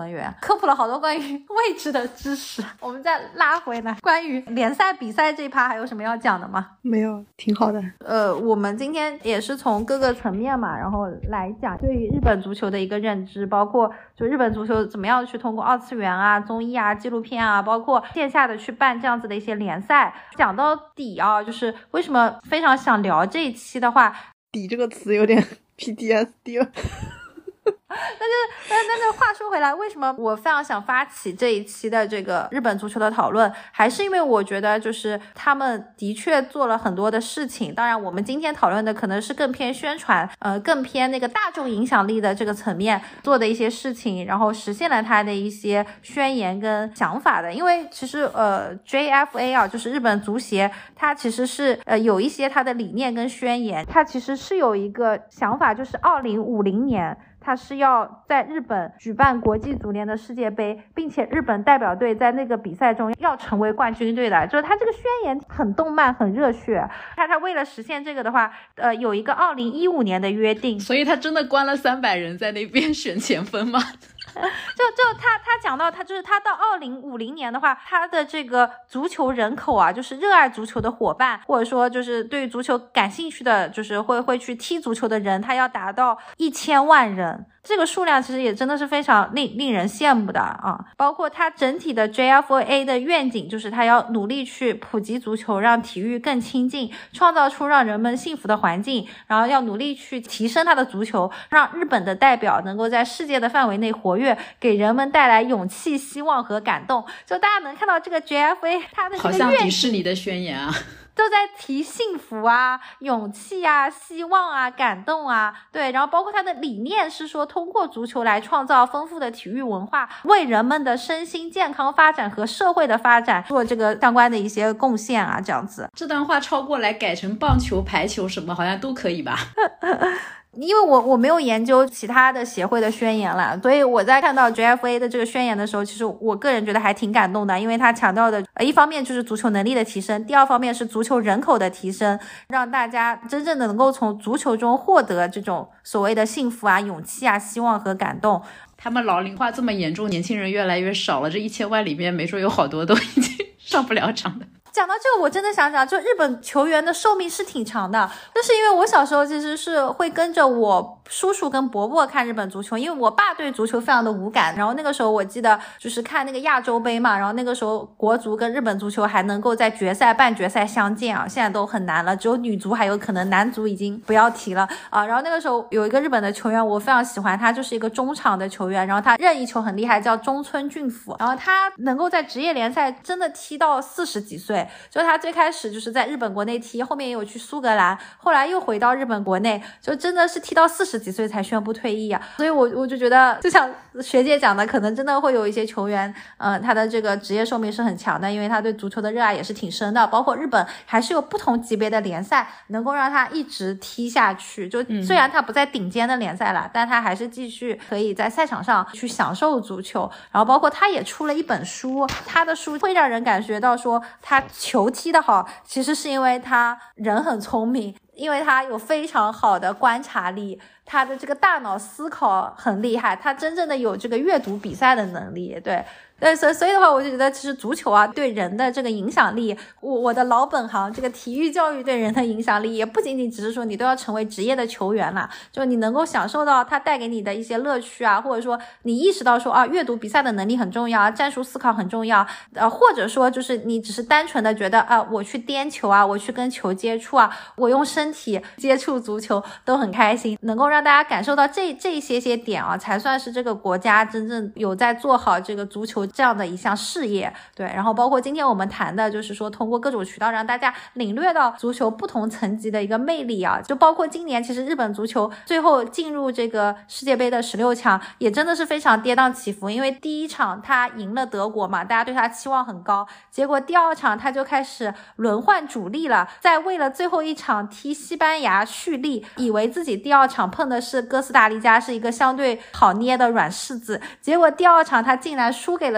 科普了好多关于位置的知识。我们再拉回来，关于联赛比赛这一趴还有什么要讲的吗？ 没有，挺好的。 呃，我们今天也是从各个层面嘛，然后来讲对于日本足球的一个认知，包括就日本足球怎么样去通过二次元啊、综艺啊、纪录片啊，包括线下的去办这样子的一些联赛。讲到底啊，就是为什么非常想聊这一期的话， 底这个词有点 P T S D 了。 但是但但是话说回来，为什么我非常想发起这一期的这个日本足球的讨论，还是因为我觉得就是他们的确做了很多的事情。当然我们今天讨论的可能是更偏宣传，呃更偏那个大众影响力的这个层面做的一些事情，然后实现了他的一些宣言跟想法的。因为其实呃 J F A 啊，就是日本足协，它其实是呃有一些它的理念跟宣言，它其实是有一个想法，就是二零五零年他是要在日本举办国际足联的世界杯，并且日本代表队在那个比赛中要成为冠军队的。就是他这个宣言很动漫很热血，他他为了实现这个的话呃，有一个二零一五年的约定。 所以他真的关了三百人在那边选前锋吗？ 就就他他讲到他就是他到二零五零年的话，他的这个足球人口啊，就是热爱足球的伙伴，或者说就是对于足球感兴趣的，就是会会去踢足球的人，他要达到一千万人。这个数量其实也真的是非常令令人羡慕的啊！包括它整体的 J F A 的愿景，就是它要努力去普及足球，让体育更亲近，创造出让人们幸福的环境，然后要努力去提升它的足球，让日本的代表能够在世界的范围内活跃，给人们带来勇气、希望和感动。就大家能看到这个 J F A 它的这个好像迪士尼的宣言啊。 都在提幸福啊、勇气啊、希望啊、感动啊，对，然后包括他的理念是说通过足球来创造丰富的体育文化，为人们的身心健康发展和社会的发展做这个相关的一些贡献啊，这样子。 这段话抄过来改成棒球、排球什么好像都可以吧。 因为我我没有研究其他的协会的宣言了，所以我在看到 J F A 的这个宣言的时候，其实我个人觉得还挺感动的，因为他强调的呃一方面就是足球能力的提升，第二方面是足球人口的提升，让大家真正的能够从足球中获得这种所谓的幸福啊、勇气啊、希望和感动。 他们老龄化这么严重，年轻人越来越少了，这一千万里面没准有好多都已经上不了场的。 讲到这个，我真的想讲，就日本球员的寿命是挺长的，就是因为我小时候其实是会跟着我叔叔跟伯伯看日本足球，因为我爸对足球非常的无感，然后那个时候我记得就是看那个亚洲杯嘛，然后那个时候国足跟日本足球还能够在决赛半决赛相见啊，现在都很难了，只有女足还有可能，男足已经不要提了啊。然后那个时候有一个日本的球员我非常喜欢，他就是一个中场的球员，然后他任意球很厉害，叫中村俊辅，然后他能够在职业联赛真的踢到四十几岁，就他最开始就是在日本国内踢，后面也有去苏格兰，后来又回到日本国内，就真的是踢到四十几岁才宣布退役啊。所以我我就觉得就像学姐讲的，可能真的会有一些球员呃，他的这个职业寿命是很强的，因为他对足球的热爱也是挺深的，包括日本还是有不同级别的联赛能够让他一直踢下去，就虽然他不在顶尖的联赛了、嗯、但他还是继续可以在赛场上去享受足球。然后包括他也出了一本书，他的书会让人感觉到说他球踢得好，其实是因为他人很聪明，因为他有非常好的观察力，他的这个大脑思考很厉害，他真正的有这个阅读比赛的能力。对对，所以所以的话，我就觉得其实足球啊对人的这个影响力，我我的老本行这个体育教育对人的影响力，也不仅仅只是说你都要成为职业的球员啦，就你能够享受到它带给你的一些乐趣啊，或者说你意识到说啊阅读比赛的能力很重要啊，战术思考很重要，呃或者说就是你只是单纯的觉得啊我去颠球啊，我去跟球接触啊，我用身体接触足球都很开心，能够让大家感受到这这一些些点啊，才算是这个国家真正有在做好这个足球这样的一项事业。对，然后包括今天我们谈的就是说通过各种渠道让大家领略到足球不同层级的一个魅力啊，就包括今年其实日本足球最后进入这个世界杯的十六强也真的是非常跌宕起伏，因为第一场他赢了德国嘛，大家对他期望很高，结果第二场他就开始轮换主力了，在为了最后一场踢西班牙蓄力，以为自己第二场碰的是哥斯达黎加是一个相对好捏的软柿子，结果第二场他竟然输给了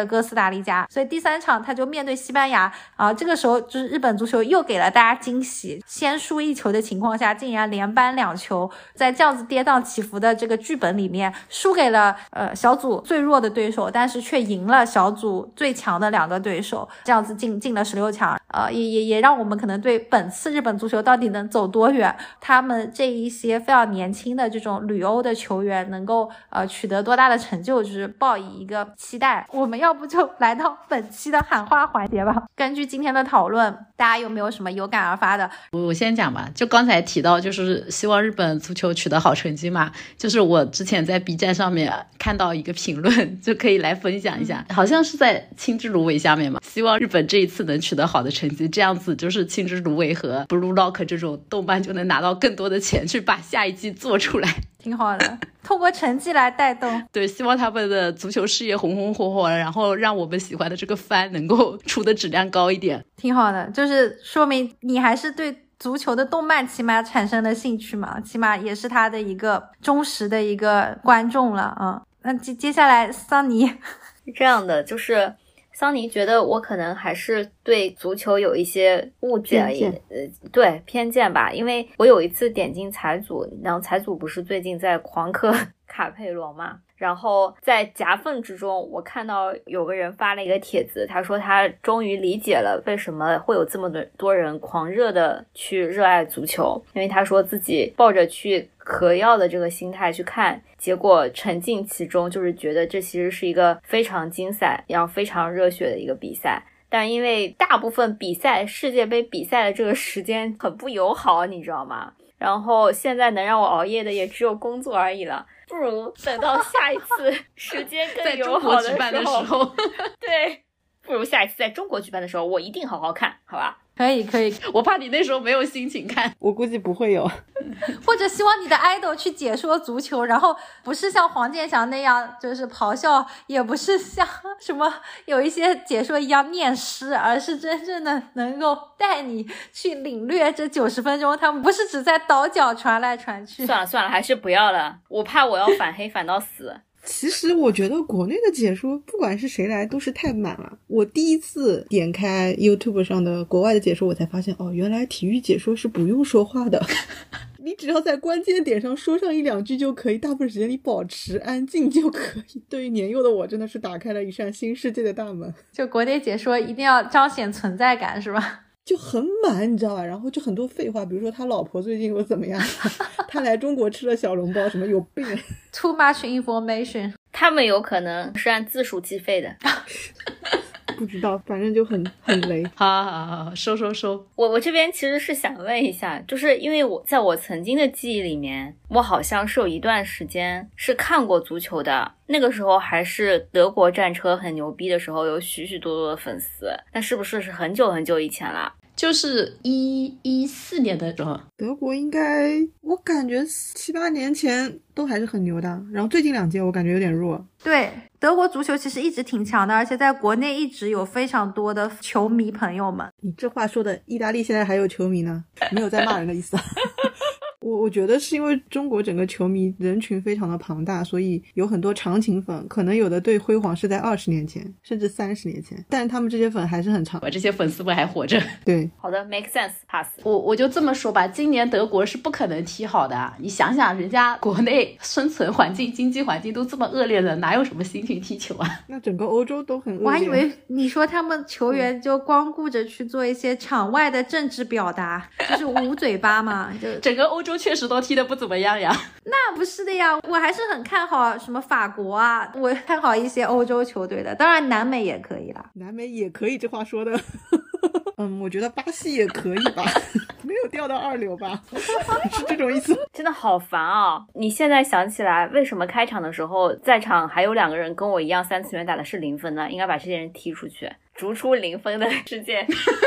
了哥斯达黎加，所以第三场他就面对西班牙啊，这个时候就是日本足球又给了大家惊喜，先输一球的情况下竟然连扳两球，在这样子跌宕起伏的这个剧本里面输给了呃小组最弱的对手，但是却赢了小组最强的两个对手，这样子进进了十六强，呃也也也让我们可能对本次日本足球到底能走多远，他们这一些非常年轻的这种旅欧的球员能够呃取得多大的成就，就是抱以一个期待。我们要不就来到本期的喊话环节吧。根据今天的讨论，大家有没有什么有感而发的？ 我我先讲吧，就刚才提到就是希望日本足球取得好成绩嘛，就是我之前在 B 站上面看到一个评论，就可以来分享一下，好像是在青之芦苇下面嘛，希望日本这一次能取得好的成绩，这样子就是青之芦苇和 Blue Lock 这种动漫就能拿到更多的钱去把下一季做出来， 挺好的，通过成绩来带动。 对，希望他们的足球事业红红火火，然后让我们喜欢的这个番能够出的质量高一点。挺好的，就是说明你还是对足球的动漫起码产生了兴趣嘛，起码也是他的一个忠实的一个观众了啊。那接接下来桑尼是这样的，就是桑尼觉得我可能还是对足球有一些误解，也呃对偏见吧，因为我有一次点进财组，然后财组不是最近在狂磕卡佩罗嘛，然后在夹缝之中我看到有个人发了一个帖子，他说他终于理解了为什么会有这么多人狂热的去热爱足球，因为他说自己抱着去嗑药的这个心态去看，结果沉浸其中，就是觉得这其实是一个非常精彩然后非常热血的一个比赛，但因为大部分比赛世界杯比赛的这个时间很不友好，你知道吗？然后现在能让我熬夜的也只有工作而已了，不如等到下一次时间更友好的时候，在中国举办的时候对，不如下一次在中国举办的时候我一定好好看，好吧？ 可以可以， 我怕你那时候没有心情看， 我估计不会有。 或者希望你的 idol 去解说足球，然后不是像黄健翔那样就是咆哮，也不是像什么有一些解说一样念诗，而是真正的能够带你去领略这九十分钟，他们不是只在倒脚传来传去。 算了算了，还是不要了，我怕我要反黑反到死。 其实我觉得国内的解说不管是谁来都是太满了，我第一次点开 YouTube 上的国外的解说，我才发现哦，原来体育解说是不用说话的你只要在关键点上说上一两句就可以，大部分时间你保持安静就可以。对于年幼的我真的是打开了一扇新世界的大门。 就国内解说一定要彰显存在感是吧？ 就很满你知道吧，然后就很多废话，比如说他老婆最近又怎么样他来中国吃了小笼包什么，有病 Too much information， 他们有可能是按字数计费的不知道，反正就很很雷。 好好好，收收收。 我我这边其实是想问一下，就是因为我在我曾经的记忆里面，我好像是有一段时间是看过足球的，那个时候还是德国战车很牛逼的时候，有许许多多的粉丝，但是不是是很久很久以前了？ 就是一一四年的时候， 德国应该我感觉七八年前都还是很牛的，然后最近两届我感觉有点弱。 对，德国足球其实一直挺强的，而且在国内一直有非常多的球迷朋友们。 你这话说的，意大利现在还有球迷呢，没有在骂人的意思我我觉得是因为中国整个球迷人群非常的庞大，所以有很多长情粉，可能有的对辉煌是在二十年前甚至三十年前，但他们这些粉还是很长， 这些粉丝们还活着。 对， 好的 make sense pass。 我我就这么说吧，今年德国是不可能踢好的，你想想人家国内生存环境经济环境都这么恶劣的，哪有什么心情踢球啊？ 那整个欧洲都很恶劣。 我还以为你说他们球员就光顾着去做一些场外的政治表达，就是捂嘴巴嘛，就整个欧洲确实都踢得不怎么样呀。 那不是的呀，我还是很看好什么法国啊，我看好一些欧洲球队的，当然南美也可以啦。 南美也可以，这话说的嗯，我觉得巴西也可以吧没有掉到二流吧是这种意思。 真的好烦啊！你现在想起来为什么开场的时候在场还有两个人跟我一样三次元打的是零分呢？应该把这些人踢出去，逐出零分的世界没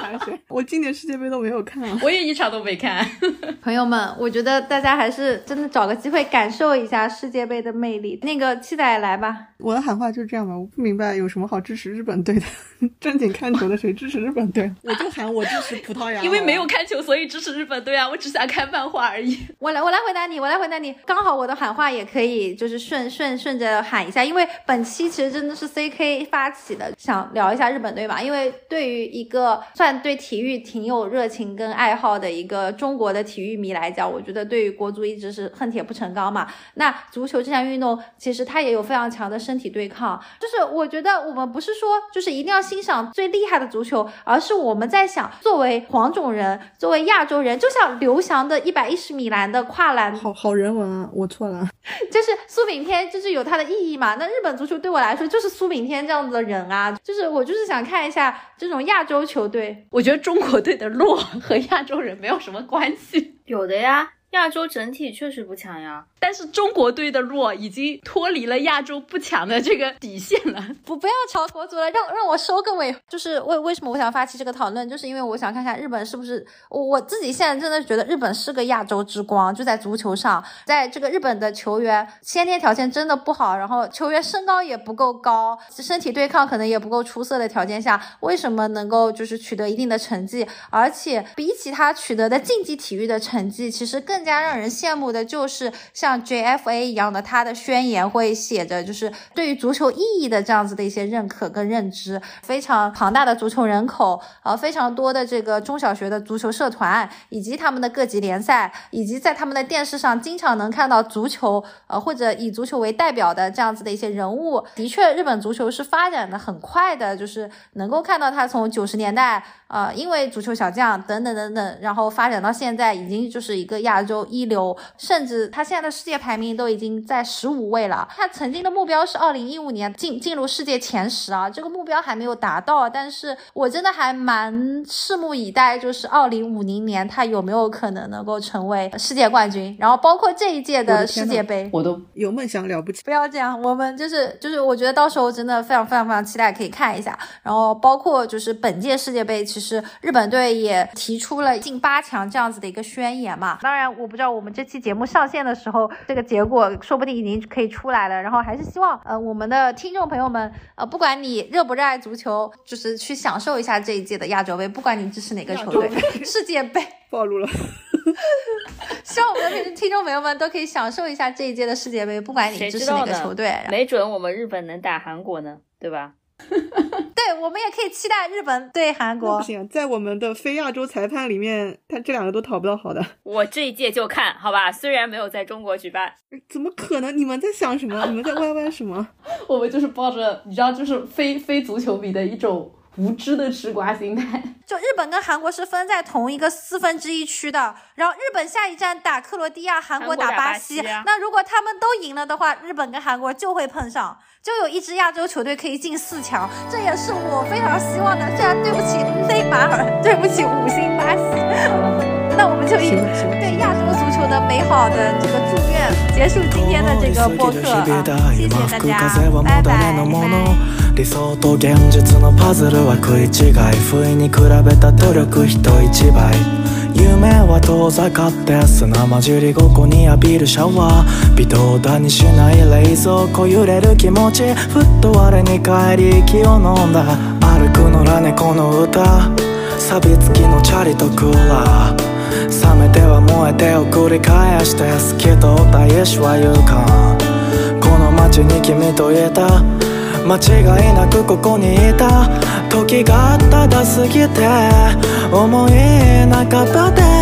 还是谁？我今年世界杯都没有看啊， 我也一场都没看。 朋友们，我觉得大家还是真的找个机会感受一下世界杯的魅力。那个七仔来吧。 我的喊话就是这样吧，我不明白有什么好支持日本队的。正经看球的谁支持日本队？我就喊我支持葡萄牙。 因为没有看球，所以支持日本队啊！我只想看漫画而已。 我来，我来回答你，我来回答你。刚好我的喊话也可以，就是顺顺顺着喊一下，因为本期其实真的是 C K 发起的，想聊一下日本队吧。因为对于一个算对体育挺有热情跟爱好的一个中国的体育迷来讲，我觉得对于国足一直是恨铁不成钢嘛。那足球这项运动其实它也有非常强的身体对抗，就是我觉得我们不是说就是一定要欣赏最厉害的足球，而是我们在想作为黄种人，作为亚洲人，就像刘翔的一百一十米栏的跨栏， 好好人文啊，我错了， 就是苏炳添，就是有它的意义嘛。那日本足球对我来说就是苏炳添这样子的人啊，就是我就是想看一下这种亚洲球队。 我觉得中国队的弱和亚洲人没有什么关系。 有的呀，亚洲整体确实不强呀， 但是中国队的弱已经脱离了亚洲不强的这个底线了。 不不要吵国足了，让让我收个尾。就是为为什么我想发起这个讨论，就是因为我想看看日本是不是，我我自己现在真的觉得日本是个亚洲之光，就在足球上，在这个日本的球员先天条件真的不好，然后球员身高也不够高，身体对抗可能也不够出色的条件下，为什么能够就是取得一定的成绩？而且比起他取得的竞技体育的成绩，其实更加让人羡慕的就是像 J F A 一样的，他的宣言会写着就是对于足球意义的这样子的一些认可跟认知。非常庞大的足球人口，呃，非常多的这个中小学的足球社团，以及他们的各级联赛，以及在他们的电视上经常能看到足球，呃，或者以足球为代表的这样子的一些人物。的确，日本足球是发展的很快的，就是能够看到它从九十年代，呃，因为足球小将等等等等，然后发展到现在，已经就是一个亚洲一流，甚至它现在的世界排名都已经在十五位了。它曾经的目标是二零一五年进进入世界前十啊，这个目标还没有达到，但是我真的还蛮拭目以待，就是二零五零年它有没有可能能够成为世界冠军，然后包括这一届的世界杯， 我都有梦想了不起。 不要这样，我们就是就是我觉得到时候真的非常非常非常期待可以看一下。然后包括就是本届世界杯，其实日本队也提出了进八强这样子的一个宣言嘛。当然我不知道我们这期节目上线的时候这个结果说不定已经可以出来了，然后还是希望呃我们的听众朋友们呃不管你热不热爱足球，就是去享受一下这一届的亚洲杯，不管你支持哪个球队，世界杯暴露了。 希望我们的听众朋友们都可以享受一下这一届的世界杯，不管你支持哪个球队， 没准我们日本能打韩国呢，对吧？ 对，我们也可以期待日本对韩国。 不行，在我们的非亚洲裁判里面，他这两个都讨不到好的。 我这一届就看好吧，虽然没有在中国举办。 怎么可能？你们在想什么？你们在歪歪什么？ 我们就是抱着你知道，就是非非足球迷的一种无知的吃瓜心态。 就日本跟韩国是分在同一个四分之一区的，然后日本下一站打克罗地亚，韩国打巴西。 韩国打巴西啊、 那如果他们都赢了的话，日本跟韩国就会碰上，就有一支亚洲球队可以进四强，这也是我非常希望的。虽然对不起内马尔，对不起五星巴西，那我们就以对亚洲足球的美好的这个祝愿结束今天的这个播客啊！谢谢大家，拜拜。 理想と現実のパズルは食い違い不意に比べた努力人一倍夢は遠ざかって砂混じりここに浴びるシャワー微動だにしない冷蔵庫揺れる気持ちふっと我に返り息を飲んだ歩く野良猫の歌錆びつきのチャリとクーラー冷めては燃えてを繰り返して透き通った意志は勇敢この街に君といた間違いなくここにいた時がただ過ぎて思い半ばで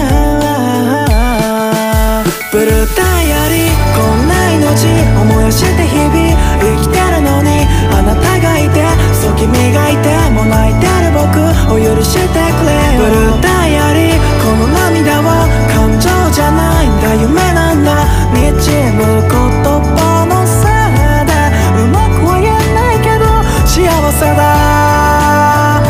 ブルーダイアリーこんな命思い出して日々生きてるのにあなたがいてそう君がいても泣いてる僕を許してくれブルーダイアリーこの涙は感情じゃないんだ夢なんだにじむ言葉のせいでうまくは言えないけど幸せだ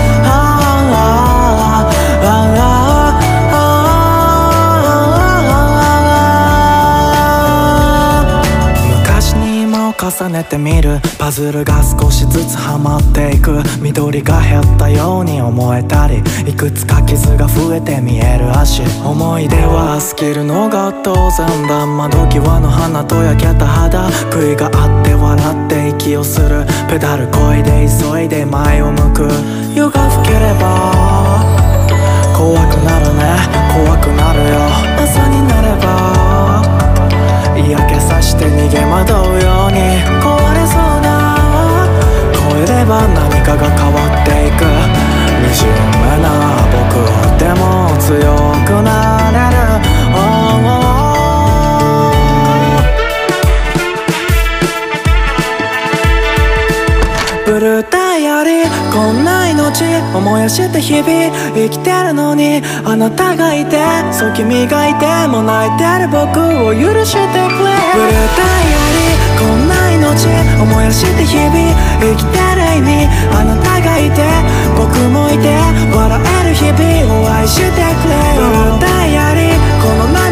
昔にも重ねねてみるパズルが少しずつはまっていく緑が減ったように思えたりいくつか傷が増えて見える足思い出は尽きるのが当然だ窓際の花と焼けた肌悔いがあって笑って息をするペダルこいで急いで前を向く夜が更ければ怖くなるね怖くなるよ朝になれば嫌気さして逃げ惑うように壊れそうだ越えれば何かが変わっていく惨めな僕でも強くなれる、ohブルーダイアリーこんな命思い出して日々生きてるのにあなたがいてそう君がいても泣いてる僕を許してくれブルーダイアリーこんな命思い出して日々生きてる意味あなたがいて僕もいて笑える日々を愛してくれブルーダイアリーこの